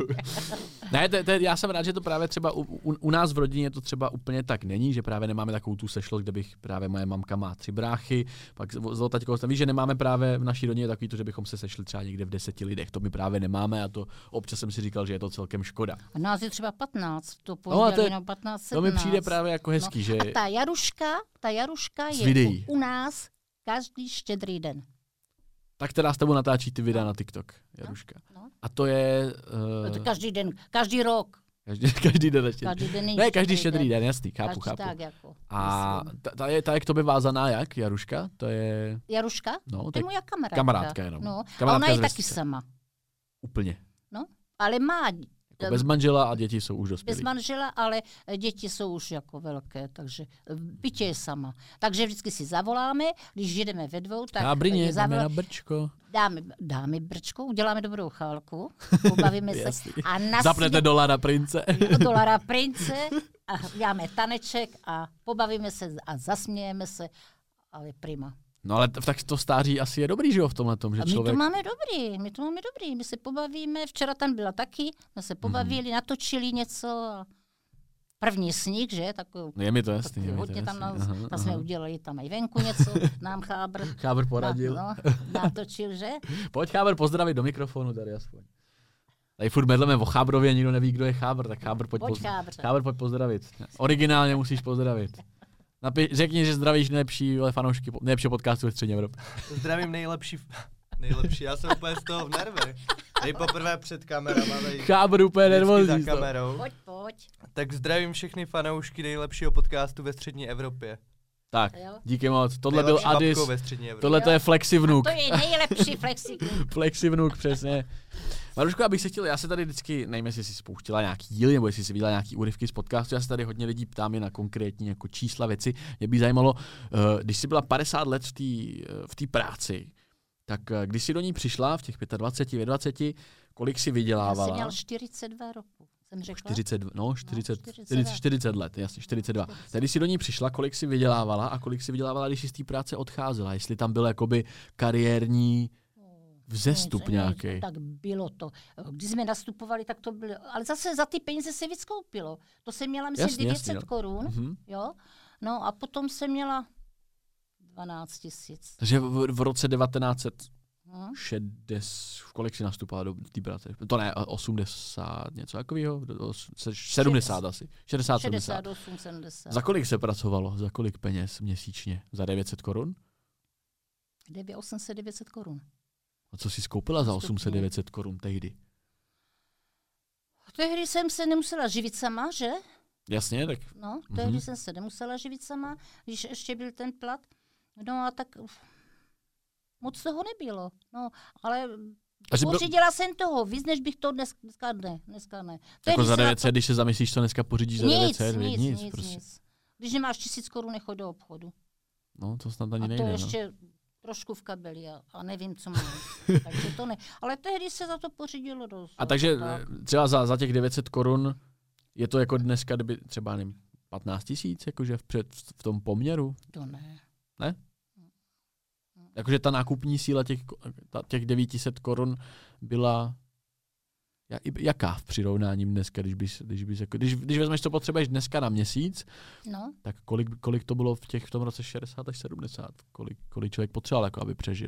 Ne, já jsem rád, že to právě třeba u nás v rodině to třeba úplně tak není, že právě nemáme takovou tu sešlost, kde bych právě moje mamka má 3 bráchy, pak zlotaťko, víš, že nemáme právě v naší rodině takový to, že bychom se sešli třeba někde v 10 lidech, to my právě nemáme a to občas jsem si říkal, že je to celkem škoda. A nás je třeba 15, to pondělí na 15, 17. To mi přijde právě jako hezký, že... A ta Jaruška je u nás každý štědrý den. Tak teda s tebou natáčí ty videa na TikTok, Jaruška. No. A to je... To každý den, každý rok. Každý den ještě. Každý štědrý den, jasný, chápu. Tak jako. A ta je k tobě vázaná jak, Jaruška? To je... Jaruška? No, to je moja kamarádka. Kamarádka jenom. No. Kamarádka a ona je taky sama. Úplně. No, ale má... Jako bez manžela a děti jsou už dospělí. Bez manžela, ale děti jsou už jako velké, takže bytě je sama. Takže vždycky si zavoláme, když jedeme ve dvou, tak... Chábrině, dáme na brčko. Dáme brčko, uděláme dobrou chálku, pobavíme se. A zapnete Dolara Prince. Dolara Prince a dáme taneček a pobavíme se a zasmějeme se, ale prima. No ale tak to stáří asi je dobrý, že jo, v tomhletom, že a člověk... My to máme dobrý, my se pobavíme, včera tam byla taky, jsme se pobavili, natočili něco a první sníh, že? Takovou, je mi to jasný. Hodně tam jsme udělali tam i venku něco, nám Chábr poradil. Natočil, že? Pojď Chábr pozdravit do mikrofonu tady aspoň. Tady furt medleme o Chábrově, nikdo neví, kdo je Chábr, tak Chábr pojď pozdravit. Originálně musíš pozdravit. Řekni, že zdravíš nejlepší fanoušky nejlepšího podcastu ve střední Evropě. Zdravím nejlepší, já jsem úplně z toho v nervech. Nejpoprvé před kamerama. Chábr úplně nervózní. Za kamerou. Pojď. Tak zdravím všechny fanoušky nejlepšího podcastu ve střední Evropě. Tak, díky moc. Tohle byl Adis. Tohle to je Flexivnuk. To je nejlepší Flexivnuk. Flexivnuk, přesně. Maruško, abych se chtěl, já se tady vždycky, nevím, jestli jsi spouštila nějaký díly, nebo jestli jsi viděla nějaký úryvky z podcastu, já se tady hodně lidí ptám je na konkrétní jako čísla, věci. Mě by zajímalo, když jsi byla 50 let v té práci, tak když jsi do ní přišla v těch 25, 20, kolik jsi vydělávala? Já jsem měl 42 roku, jsem řekla. 40 let, jasně, 42. Tak když jsi do ní přišla, kolik jsi vydělávala a kolik jsi vydělávala, když jsi z té práce odcházela? Jestli tam byl jakoby kariérní vzestup nějaký. Tak bylo to. Když jsme nastupovali, tak to bylo. Ale zase za ty peníze se víc koupilo. To jsem měla, myslím, 900 korun. Jo. No a potom jsem měla 12 000. Takže v roce 1960, kolik jsi nastupovala do té práce? To ne, 80, něco takového? 70 asi. 60, 68, 70. Za kolik se pracovalo? Za kolik peněz měsíčně? Za 900 korun? 800-900 korun. A co jsi skoupila za 800-900 korun tehdy? Tehdy jsem se nemusela živit sama, že? Jasně, tak... No, tehdy jsem se nemusela živit sama, když ještě byl ten plat. No a tak moc toho nebylo. No, ale pořídila jsem toho víc, než bych to dneska ne. Jako za 900, když se zamyslíš, co dneska pořídíš za 900, nic, prostě. Nic. Když nemáš 1000 korun, nechoď do obchodu. No, to snad ani a nejde. A to ještě trošku v kabeli a nevím, co mám. Takže to ne. Ale tehdy se za to pořídilo dost. A takže třeba za těch 900 korun je to jako dneska, kdyby třeba, nevím, 15 000, jakože v tom poměru? To ne. Ne? Jakože ta nákupní síla těch 900 korun byla jaká v přirovnání dneska, když vezmeš, co potřebuješ dneska na měsíc, tak kolik to bylo v tom roce 60 až 70? Kolik člověk potřeboval, jako aby přežil?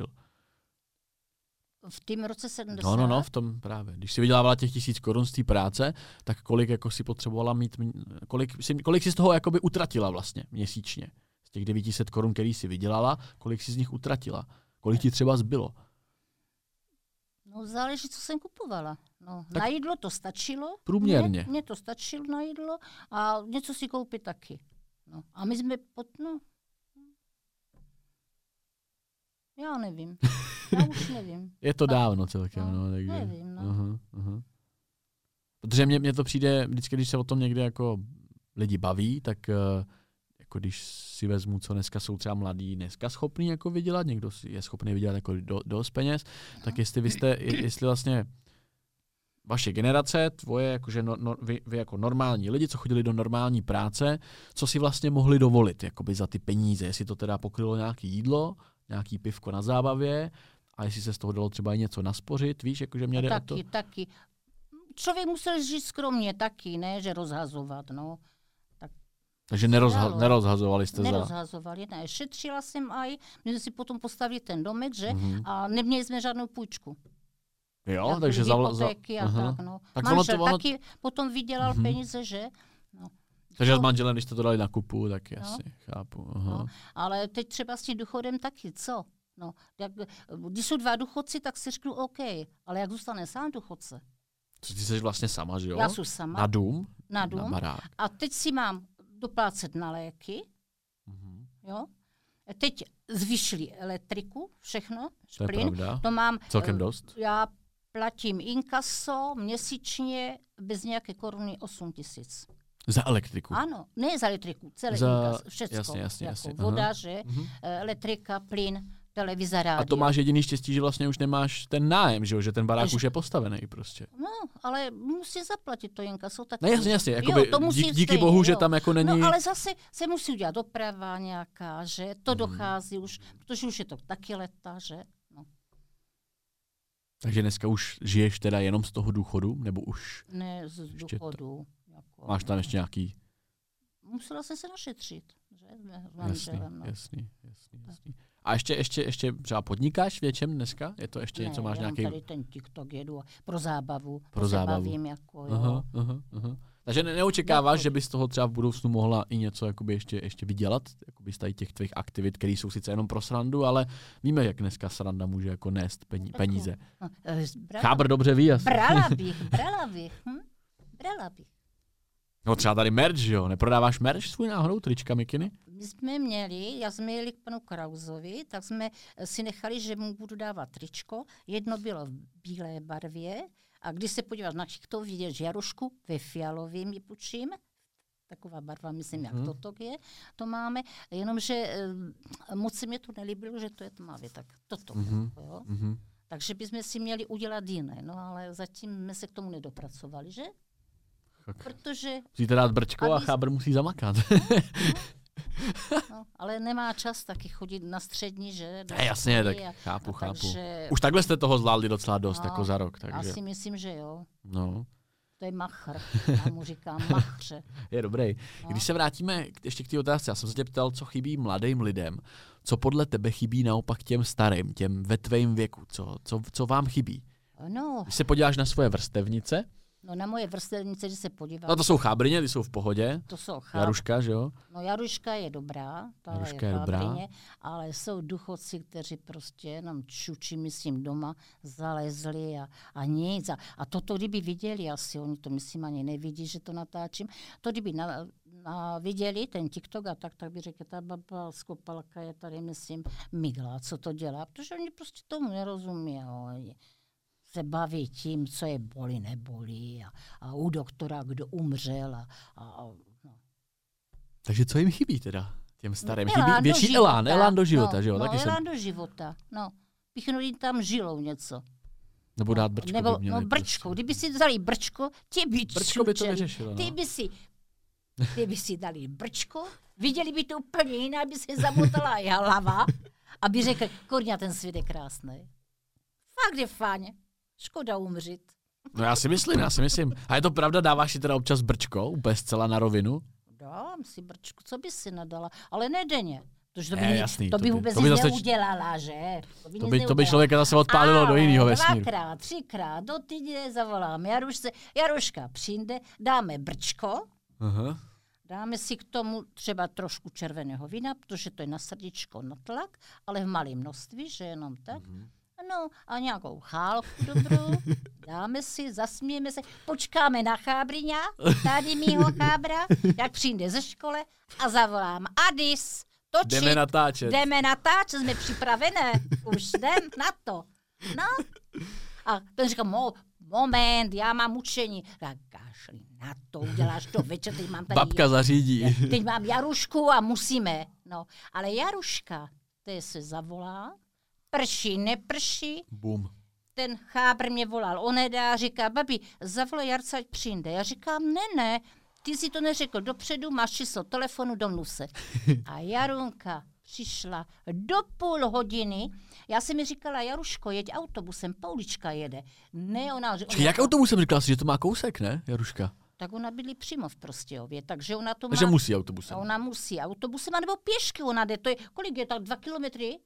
V tom roce 70? No, v tom právě. Když si vydělávala těch 1000 korun z té práce, tak kolik jako si potřebovala mít, kolik si z toho jakoby utratila vlastně měsíčně? Z těch 900 korun, který si vydělala, kolik si z nich utratila? Kolik ti třeba zbylo? No záleží, co jsem kupovala. No, na jídlo to stačilo. Průměrně. Mně to stačilo na jídlo a něco si koupit taky. No, a my jsme já nevím. Já už nevím. Je to dávno celkem. Takže... Nevím, no. Uh-huh. Protože mně to přijde, vždycky, když se o tom někde jako lidi baví, tak jako když si vezmu, co dneska jsou třeba mladí, dneska schopný jako vydělat, někdo je schopný vydělat jako dost peněz, tak jestli vlastně vaše generace, tvoje, jakože vy jako normální lidi, co chodili do normální práce, co si vlastně mohli dovolit jakoby za ty peníze, jestli to teda pokrylo nějaké jídlo, nějaký pivko na zábavě a jestli se z toho dalo třeba i něco naspořit, víš, jakože mě jde o to. Taky. Člověk musel žít skromně taky, ne, že rozhazovat, no. Takže nerozhazovali jste Nerozhazovali, ne. Šetřila jsem aj, my jsme si potom postavili ten domek, že? A neměli jsme žádnou půjčku. Jo, tak takže hypotéky a tak, no. Tak manžel taky potom vydělal peníze, že? No. Takže s manželem, když jste to dali na kupu, tak jasně, chápu. No, ale teď třeba s tím důchodem taky, co? No, když jsou 2 důchodci, tak si řeknu OK, ale jak zůstane sám důchodce? Ty jsi vlastně sama, že jo? Já jsem sama. Na dům? Na barák. A teď si mám doplácet na léky, jo? Teď zvýšili elektriku, všechno, plyn. To mám celkem dost. Já platím inkaso měsíčně bez nějaké koruny 8 000. Za elektriku? Ano, ne za elektriku, celé inkaso, všecko. Jasně. Voda, že? Elektrika, plyn, televizor, rádio. A to máš jediný štěstí, že vlastně už nemáš ten nájem, že ten barák už je postavený prostě. No, ale musí zaplatit to inkaso. Tak no jasně, jakoby, díky bohu, že tam jako není... No ale zase se musí udělat doprava nějaká, že? To dochází už, protože už je to taky leta, že? No. Takže dneska už žiješ teda jenom z toho důchodu, nebo už... Ne, z důchodu. Jako, máš tam ještě nějaký... Musela jsem se našetřit, že? Jasný. A ještě třeba podnikáš v něčem dneska? Je to ještě něco, máš nějaký... tady ten TikTok jedu pro zábavu. Bavím jako, jo. Takže neočekáváš, že bys z toho třeba v budoucnu mohla i něco jakoby ještě vydělat? Jakoby z těch tvých aktivit, které jsou sice jenom pro srandu, ale víme, jak dneska sranda může jako nést peníze. Chábr dobře ví asi. Brala bych. No třeba tady merch, jo? Neprodáváš merch svůj náhodou, trička, mikiny? Já jsme jeli k panu Krausovi, tak jsme si nechali, že mu budu dávat tričko. Jedno bylo v bílé barvě a když se podíváš na to vidět Jarošku ve fialovém ji půjčím. Taková barva, myslím, jak toto je, to máme. Jenomže moc se mě to nelíbilo, že to je tmavě, tak toto. Jo? Takže bychom si měli udělat jiné, no ale zatím jsme se k tomu nedopracovali, že? Protože... Musíte dát brčko a chábr musí zamakat. No, ale nemá čas taky chodit na střední, že? Jasně, tak chápu. Takže... Už takhle jste toho zvládli docela dost, jako za rok. Takže... Já si myslím, že jo. No. To je machr. Já mu říkám machře. Je dobrý. No. Když se vrátíme ještě k té otázce, já jsem se tě ptal, co chybí mladým lidem. Co podle tebe chybí naopak těm starým, těm ve tvém věku? Co vám chybí? No. Když se podíváš na svoje vrstevnice, No na moje vrstevnice, když se podívám. No to jsou chábrině, ty jsou v pohodě. To jsou chábrině. Jaruška, že jo? No Jaruška je dobrá, Jaruška je dobrá. Ale jsou důchodci, kteří prostě jenom čučí, myslím, doma, zalezli a nic. A toto, kdyby viděli, asi oni to myslím ani nevidí, že to natáčím, to kdyby viděli ten TikTok a tak by řekli, ta baba skopalka je tady, myslím, migla, co to dělá, protože oni prostě tomu nerozumí. Oni se baví tím, co je bolí, nebolí a u doktora, kdo umřel. No. Takže co jim chybí teda, těm starým? Chybí větší elán do života, že jo? No, taky elán do života, no. Píchnout jim tam žilou něco. Nebo dát brčko. Nebo brčko, kdyby si vzali brčko, brčko by to neřešilo, no. Ty by si dali brčko, viděli by to úplně jinak, by se zamotala hlava, aby řekli, kurňa, ten svět je krásný. Fakt je fajn. Škoda umřít. No já si myslím. A je to pravda, dáváš si teda občas brčko, úplně zcela na rovinu? Dám si brčko, co by si nadala, ale ne denně. To by vůbec nic neudělala, že? To by člověka zase odpálilo do jiného vesmíru. 2krát, 3krát, do týdne zavolám Jarušce. Jaruška přijde, dáme brčko, dáme si k tomu třeba trošku červeného vína, protože to je na srdíčko na tlak, ale v malém množství, že jenom tak. No a nějakou chálku dobrou, dáme si, zasmějeme se, počkáme na chábriňa, tady mýho chábra, jak přijde ze škole a zavolám Adis, točit. Jdeme natáčet, jsme připravené, už jdem na to. No. A ten říká, moment, já mám učení. Tak kašli na to, uděláš to večer, teď mám tady... Babka zařídí. Teď mám Jarušku a musíme. No, ale Jaruška, to se zavolá, prší, neprší. Bum. Ten chábr mě volal, on nedá, říká, babi, zavolej Jarca, ať přijde. Já říkám, ne, ty si to neřekl dopředu, máš číslo telefonu, domluv se. A Jarunka přišla do půl hodiny. Já jsem mi říkala, Jaruško, jeď autobusem, Paulička jede. Ne, jak autobusem? Říkala si, že to má kousek, ne, Jaruška? Tak ona bydlí přímo v Prostějově, takže ona to má... Takže musí autobusem. Ona musí autobusem, anebo pěšky ona jde. To je, kolik je tak, 2 kilometry?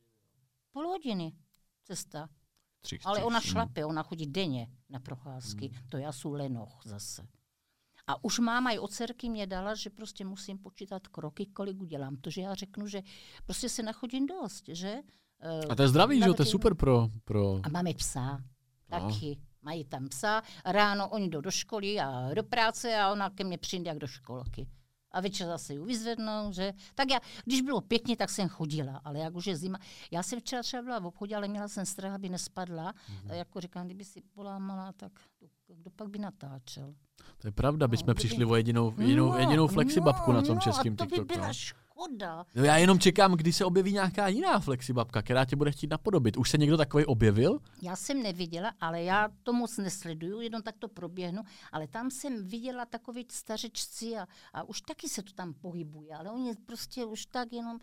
Půl hodiny cesta. 3, ale ona šlape, ona chodí denně na procházky. To já jsou lenoch zase. A už máma i od dcerky mě dala, že prostě musím počítat kroky, kolik udělám. Protože já řeknu, že prostě se nachodím dost, že? A to je zdravý, že? To je super pro... A máme psa, taky. Mají tam psa, ráno oni jdou do školy a do práce a ona ke mně přijde jak do školky. A večer zase ji vyzvednou, že? Tak já, když bylo pěkně, tak jsem chodila, ale jak už je zima. Já jsem včera třeba byla v obchodě, ale měla jsem strach, aby nespadla. A jako říkám, kdyby si polámala, tak kdo pak by natáčel? To je pravda, bychom přišli o jedinou flexibabku na tom českém TikToku. A to by byla škoda. No, já jenom čekám, kdy se objeví nějaká jiná flexibabka, která tě bude chtít napodobit. Už se někdo takový objevil? Já jsem neviděla, ale já to moc nesleduju, jenom tak to proběhnu. Ale tam jsem viděla takový stařečci a už taky se to tam pohybuje, ale oni prostě už tak jenom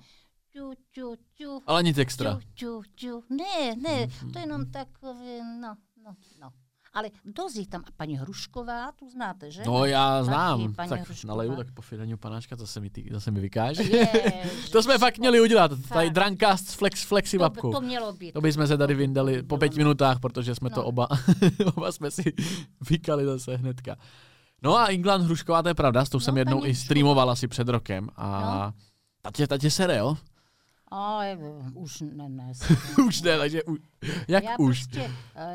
ťu. Ale nic extra. Ťu. Ne, to jenom takové, no. Ale dost tam, a paní Hrušková, tu znáte, že? No já znám, tak Hrušková. Naleju tak po fidaňu panáčka, zase mi vykáže. To jsme fakt měli udělat, tady Drunkcast s flexibabkou. To mělo být. To bychom se tady vyndali po 5 minutách, protože jsme to oba jsme si vykali zase hnedka. No a England Hrušková, to je pravda, s tou jsem jednou i streamoval asi před rokem a tatě sere, jo? Už ne. Už ne, takže jak já už? Prostě,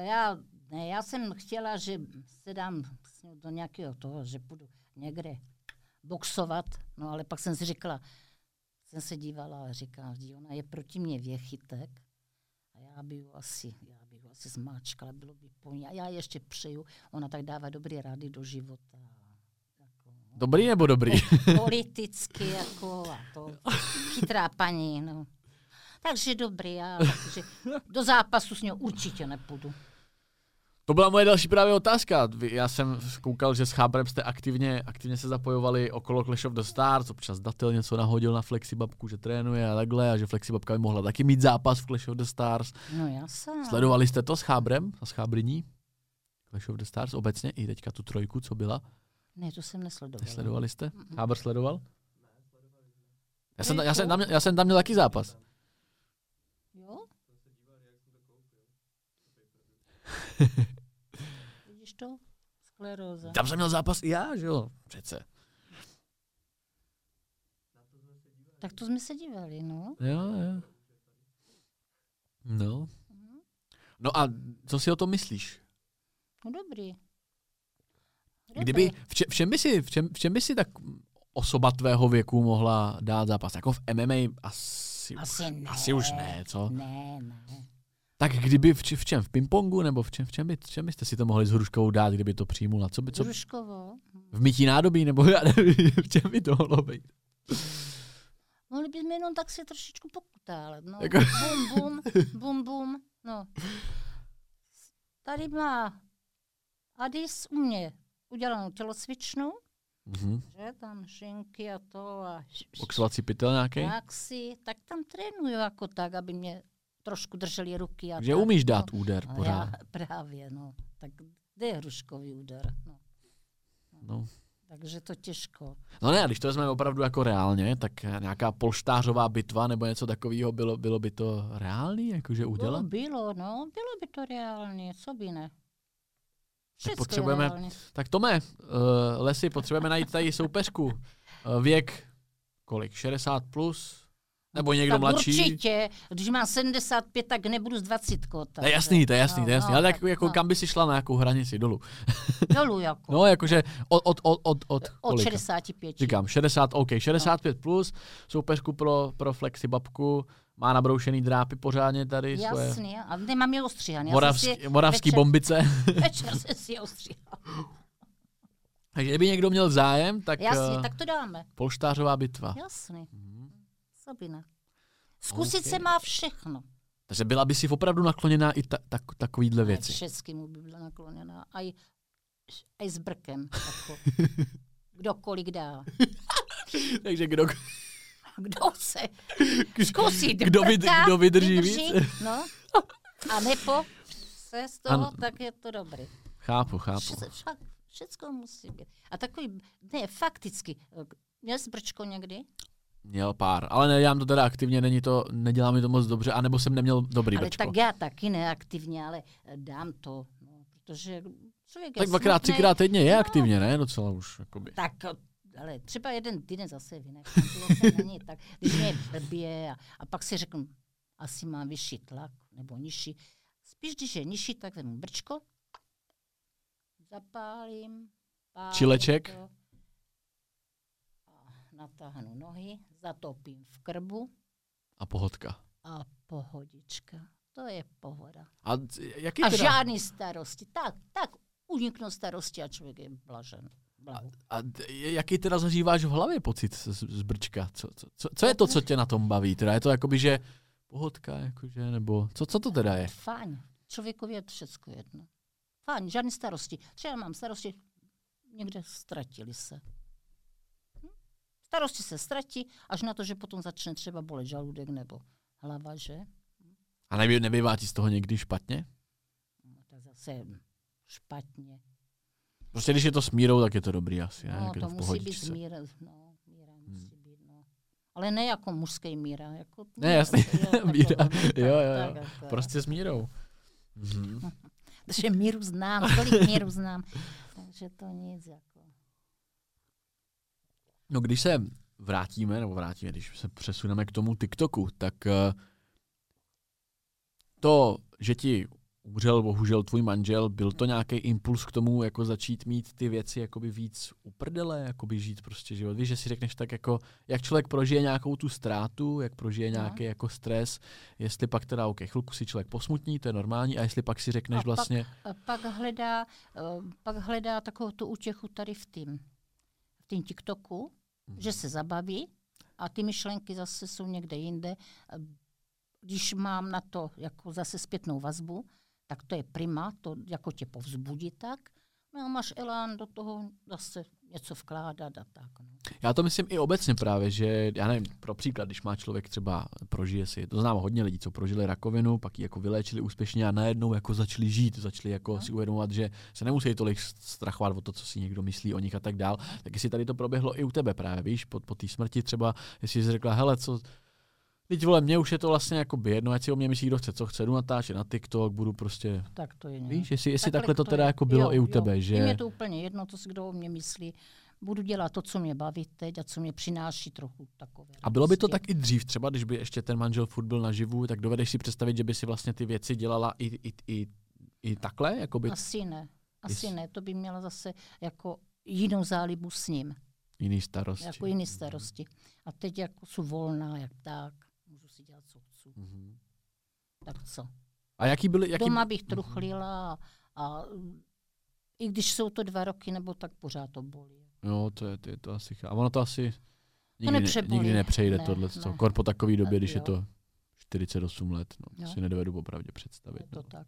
já jsem chtěla, že se dám do nějakého toho, že půjdu někde boxovat, no ale pak jsem si říkala, jsem se dívala a říkala, že ona je proti mě věchytek a já bych ho asi zmáčkala, bylo by po ní. A já ještě přeju, ona tak dává dobré rady do života. Jako, dobrý nebo dobrý? Politicky, jako a to chytrá paní, no. Takže dobrý, takže do zápasu s ní určitě nepůjdu. To byla moje další právě otázka. Já jsem koukal, že s Chábrem jste aktivně se zapojovali okolo Clash of the Stars, občas Datel něco nahodil na flexibabku, že trénuje a takhle, a že flexibabka by mohla taky mít zápas v Clash of the Stars. No jasně. Sledovali jste to s Chábrem a s Chábriní? Clash of the Stars obecně i teďka tu trojku, co byla? Ne, to jsem nesledoval. Nesledovali jste? Chábr sledoval? Já jsem tam měl taky zápas. Jo? Vidíš to? skleróza. Tam jsem měl zápas i já, že jo? Přece. Tak to jsme se dívali, no. Jo. No. No a co si o tom myslíš? No dobrý. Kdyby, v čem by si tak osoba tvého věku mohla dát zápas? Jako v MMA asi už ne, co? Ne. Tak kdyby v čem? V pingpongu nebo v čem byste si to mohli s Hruškovou dát, kdyby to přijmula? Co? Hruškovou? V mytí nádobí nebo já nevím, v čem by to mohlo být? Mohli bychom jenom tak si trošičku pokutálet, no. Jako... Bum, no. Tady má Adis u mě udělanou tělocvičnu, že tam šinky a to a... Boxovací pytel nějaký? Tak tam trénuju jako tak, aby mě trošku drželi ruky. A že tak, umíš dát úder pořád. Právě, no. Tak kde je hruškový úder? No. Takže to těžko. No ne, když to vezmeme opravdu jako reálně, tak nějaká polštářová bitva nebo něco takového, bylo by to reálný, jakože udělat? Bylo by to reálně, co by ne. Tak potřebujeme, tak Tome, Lesy, potřebujeme najít tady soupeřku. Věk, kolik, 60 plus? Nebo někdo tak mladší? Určitě, když mám 75, tak nebudu s 20. To je jasný. Ale tak jako kam by si šla na jakou hranici? Dolů. Dolů jako. No jakože od 65. Říkám, 65 plus, soupeřku pro flexibabku, má nabroušený drápy pořádně tady. Jasný, a nemám je ostříhaný. Moravský bombice. Večer jsem si je ostříhal. Takže kdyby někdo měl zájem, tak... Jasně, tak to dáme. Polštářová bitva. Jasný. Sabina. Zkusit se má všechno. Takže byla by si opravdu nakloněná i takovýhle věci. Všecky by byla nakloněná. Aj s brkem. Jako. Kdokoliv dá. Takže kdo chce zkusit kdo vydrží víc. No. A nepo se z toho, tak je to dobrý. Chápu. Všecko musí být. A takový, ne, fakticky. Měl jsi brčko někdy? Měl pár, ale nedělám to teda aktivně, nedělá mi to moc dobře, anebo jsem neměl dobrý brčko. Ale tak já taky neaktivně, ale dám to, no, protože člověk je tak dvakrát, třikrát týdně je aktivně, ne? Docela už, jakoby. Tak, ale třeba jeden týden zase vynechám, to není tak, když mě je blbě a pak si řeknu, asi mám vyšší tlak, nebo nižší. Spíš, když je nižší, tak vezmu brčko, zapálím, čileček. To, natáhnu nohy, zatopím v krbu. A pohodka. A pohodička. To je pohoda. A žádný starosti. Tak uniknu starosti a člověk je blažen. A jaký teda zažíváš v hlavě pocit z brčka? Co je to, co tě na tom baví? Teda je to jakoby, že pohodka, jakože, nebo co to teda je? Fajn. Člověkovi je všecko jedno. Fajn, žádný starosti. Třeba mám starosti, někde ztratili se. Starosti se ztratí, až na to, že potom začne třeba bolet žaludek nebo hlava, že? A nebývá ti z toho někdy špatně? No, tak zase špatně. Prostě když je to s mírou, tak je to dobrý asi. No, ne? to musí být míra. No, míra musí být, no. Ale ne jako mužský míra. Jako ne, jasně, míra. Jo. Tak, prostě s mírou. Takže míru znám, tolik míru znám. Takže to nic jako. No když se vrátíme, když se přesuneme k tomu TikToku, tak to, že ti umřel bohužel tvůj manžel, byl to nějaký impuls k tomu, jako začít mít ty věci jakoby víc uprdele, jakoby žít prostě život. Víš, že si řekneš tak jako, jak člověk prožije nějakou tu ztrátu, jak prožije nějaký jako stres, jestli pak teda, chvilku si člověk posmutní, to je normální, a jestli pak si řekneš vlastně... Pak hledá takovou tu útěchu tady v tým TikToku, že se zabaví a ty myšlenky zase jsou někde jinde. Když mám na to jako zase zpětnou vazbu, tak to je prima, to jako tě povzbudí tak. No a máš elán do toho zase něco vkládat a tak. No. Já to myslím i obecně právě, že já nevím, pro příklad, když má člověk třeba, prožije si, to znám hodně lidí, co prožili rakovinu, pak ji jako vyléčili úspěšně a najednou jako začali žít, začali jako si uvědomovat, že se nemusí tolik strachovat o to, co si někdo myslí o nich a tak dál. Tak jestli tady to proběhlo i u tebe právě, víš, po té smrti třeba, jestli jsi řekla, hele, Teď vole, mně už je to vlastně jako jedno, ať si o mě myslí, kdo chce, co chce, jdu natáčet na TikTok, budu prostě... Tak to je. Víš, jestli takhle to teda jako bylo i u tebe, že... Mně je to úplně jedno, to si kdo o mě myslí. Budu dělat to, co mě baví teď a co mě přináší trochu takové. A bylo by to tak i dřív třeba, když by ještě ten manžel furt byl naživu, tak dovedeš si představit, že by si vlastně ty věci dělala i takhle? Jakoby... Asi ne, to by měla zase jako jinou zálibu s ním. Jiný starosti. Jako jiný starosti. A teď jako jsou volná, jak tak, můžu si dělat, co chci. Tak co? A jaký byly... Doma bych truchlila a i když jsou to 2 roky, nebo tak pořád to bolí. Jo, to je to asi... A ono to asi nikdy nepřejde tohle. Kor po takové době, když jo. je to 48 let, no, to si nedovedu popravdě představit. Je to tak.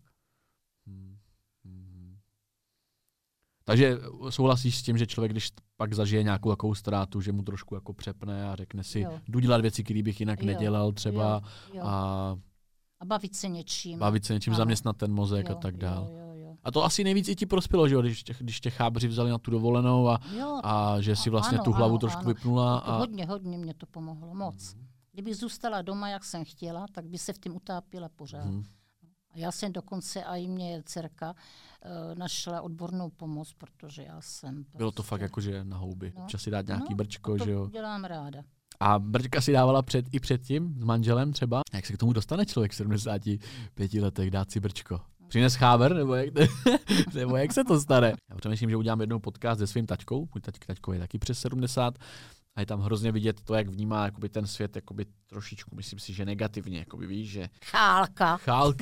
Takže souhlasíš s tím, že člověk, když pak zažije nějakou takovou ztrátu, že mu trošku jako přepne a řekne si, jdu dělat věci, které bych jinak nedělal třeba jo. A bavit se něčím. Zaměstnat ten mozek a tak dál. Jo. A to asi nejvíc i ti prospělo, že jo, když tě chábři vzali na tu dovolenou a že si vlastně tu hlavu trošku vypnula. Hodně mě to pomohlo, moc. Kdybych zůstala doma, jak jsem chtěla, tak by se v tom utápila pořád. A já jsem dokonce, a i mě dcerka našla odbornou pomoc, protože já jsem... Bylo to fakt jakože na houby. Čas si dát nějaký brčko, to že jo? dělám ráda. A brčka si dávala předtím s manželem třeba? Jak se k tomu dostane člověk v 75 letech dát si brčko? Přines cháber, nebo jak se to stane? Já přemýšlím, že udělám jednou podcast se svým taťkou. Můj taťko je taky přes 70 a je tam hrozně vidět to, jak vnímá jakoby ten svět jakoby trošičku, myslím si, že negativně, jakoby víš, že... Chálka.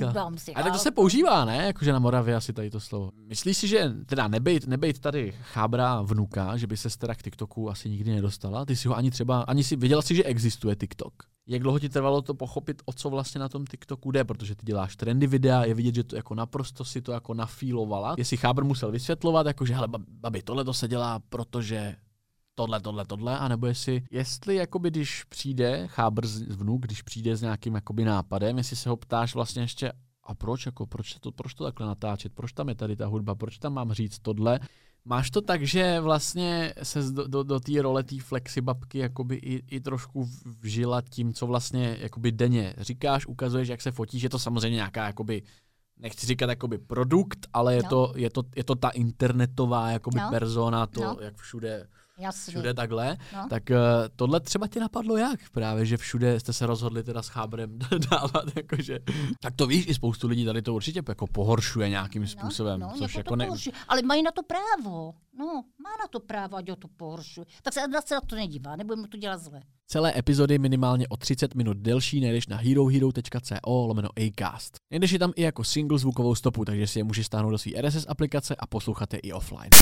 A tak to se používá, ne? Jakože na Moravě asi tady to slovo. Myslíš si, že teda nebejt tady chábra vnuka, že by se teda k TikToku asi nikdy nedostala? Ty si ho ani si věděla si, že existuje TikTok? Jak dlouho ti trvalo to pochopit, o co vlastně na tom TikToku jde, protože ty děláš trendy videa, je vidět, že to jako naprosto si to jako nafílovala. Jestli chábr musel vysvětlovat, jakože hele babi, tohle to se dělá, protože tohle, anebo jestli jakoby, když přijde chábr vnuk, když přijde s nějakým jakoby nápadem, jestli se ho ptáš vlastně ještě, a proč to takhle natáčet, proč tam je tady ta hudba, proč tam mám říct tohle. Máš to tak, že vlastně se do té role té flexibabky jakoby i trošku vžila tím, co vlastně jakoby denně říkáš, ukazuješ, jak se fotíš, je to samozřejmě nějaká jakoby, nechci říkat jakoby produkt, ale je to ta internetová jakoby persona, jak všude takhle. Tak tohle třeba tě napadlo jak? Právě, že všude jste se rozhodli teda s chábrem dávat, jakože. Tak to víš, i spoustu lidí tady to určitě jako pohoršuje nějakým způsobem. Což jako ale mají na to právo. Má na to právo, ať ho to pohoršuje. Tak se na to nedívá, nebudeme to dělat zle. Celé epizody minimálně o 30 minut delší najdeš na herohero.co/acast. Najdeš je tam i jako single zvukovou stopu, takže si je můžeš stáhnout do své RSS aplikace a poslouchat je i offline.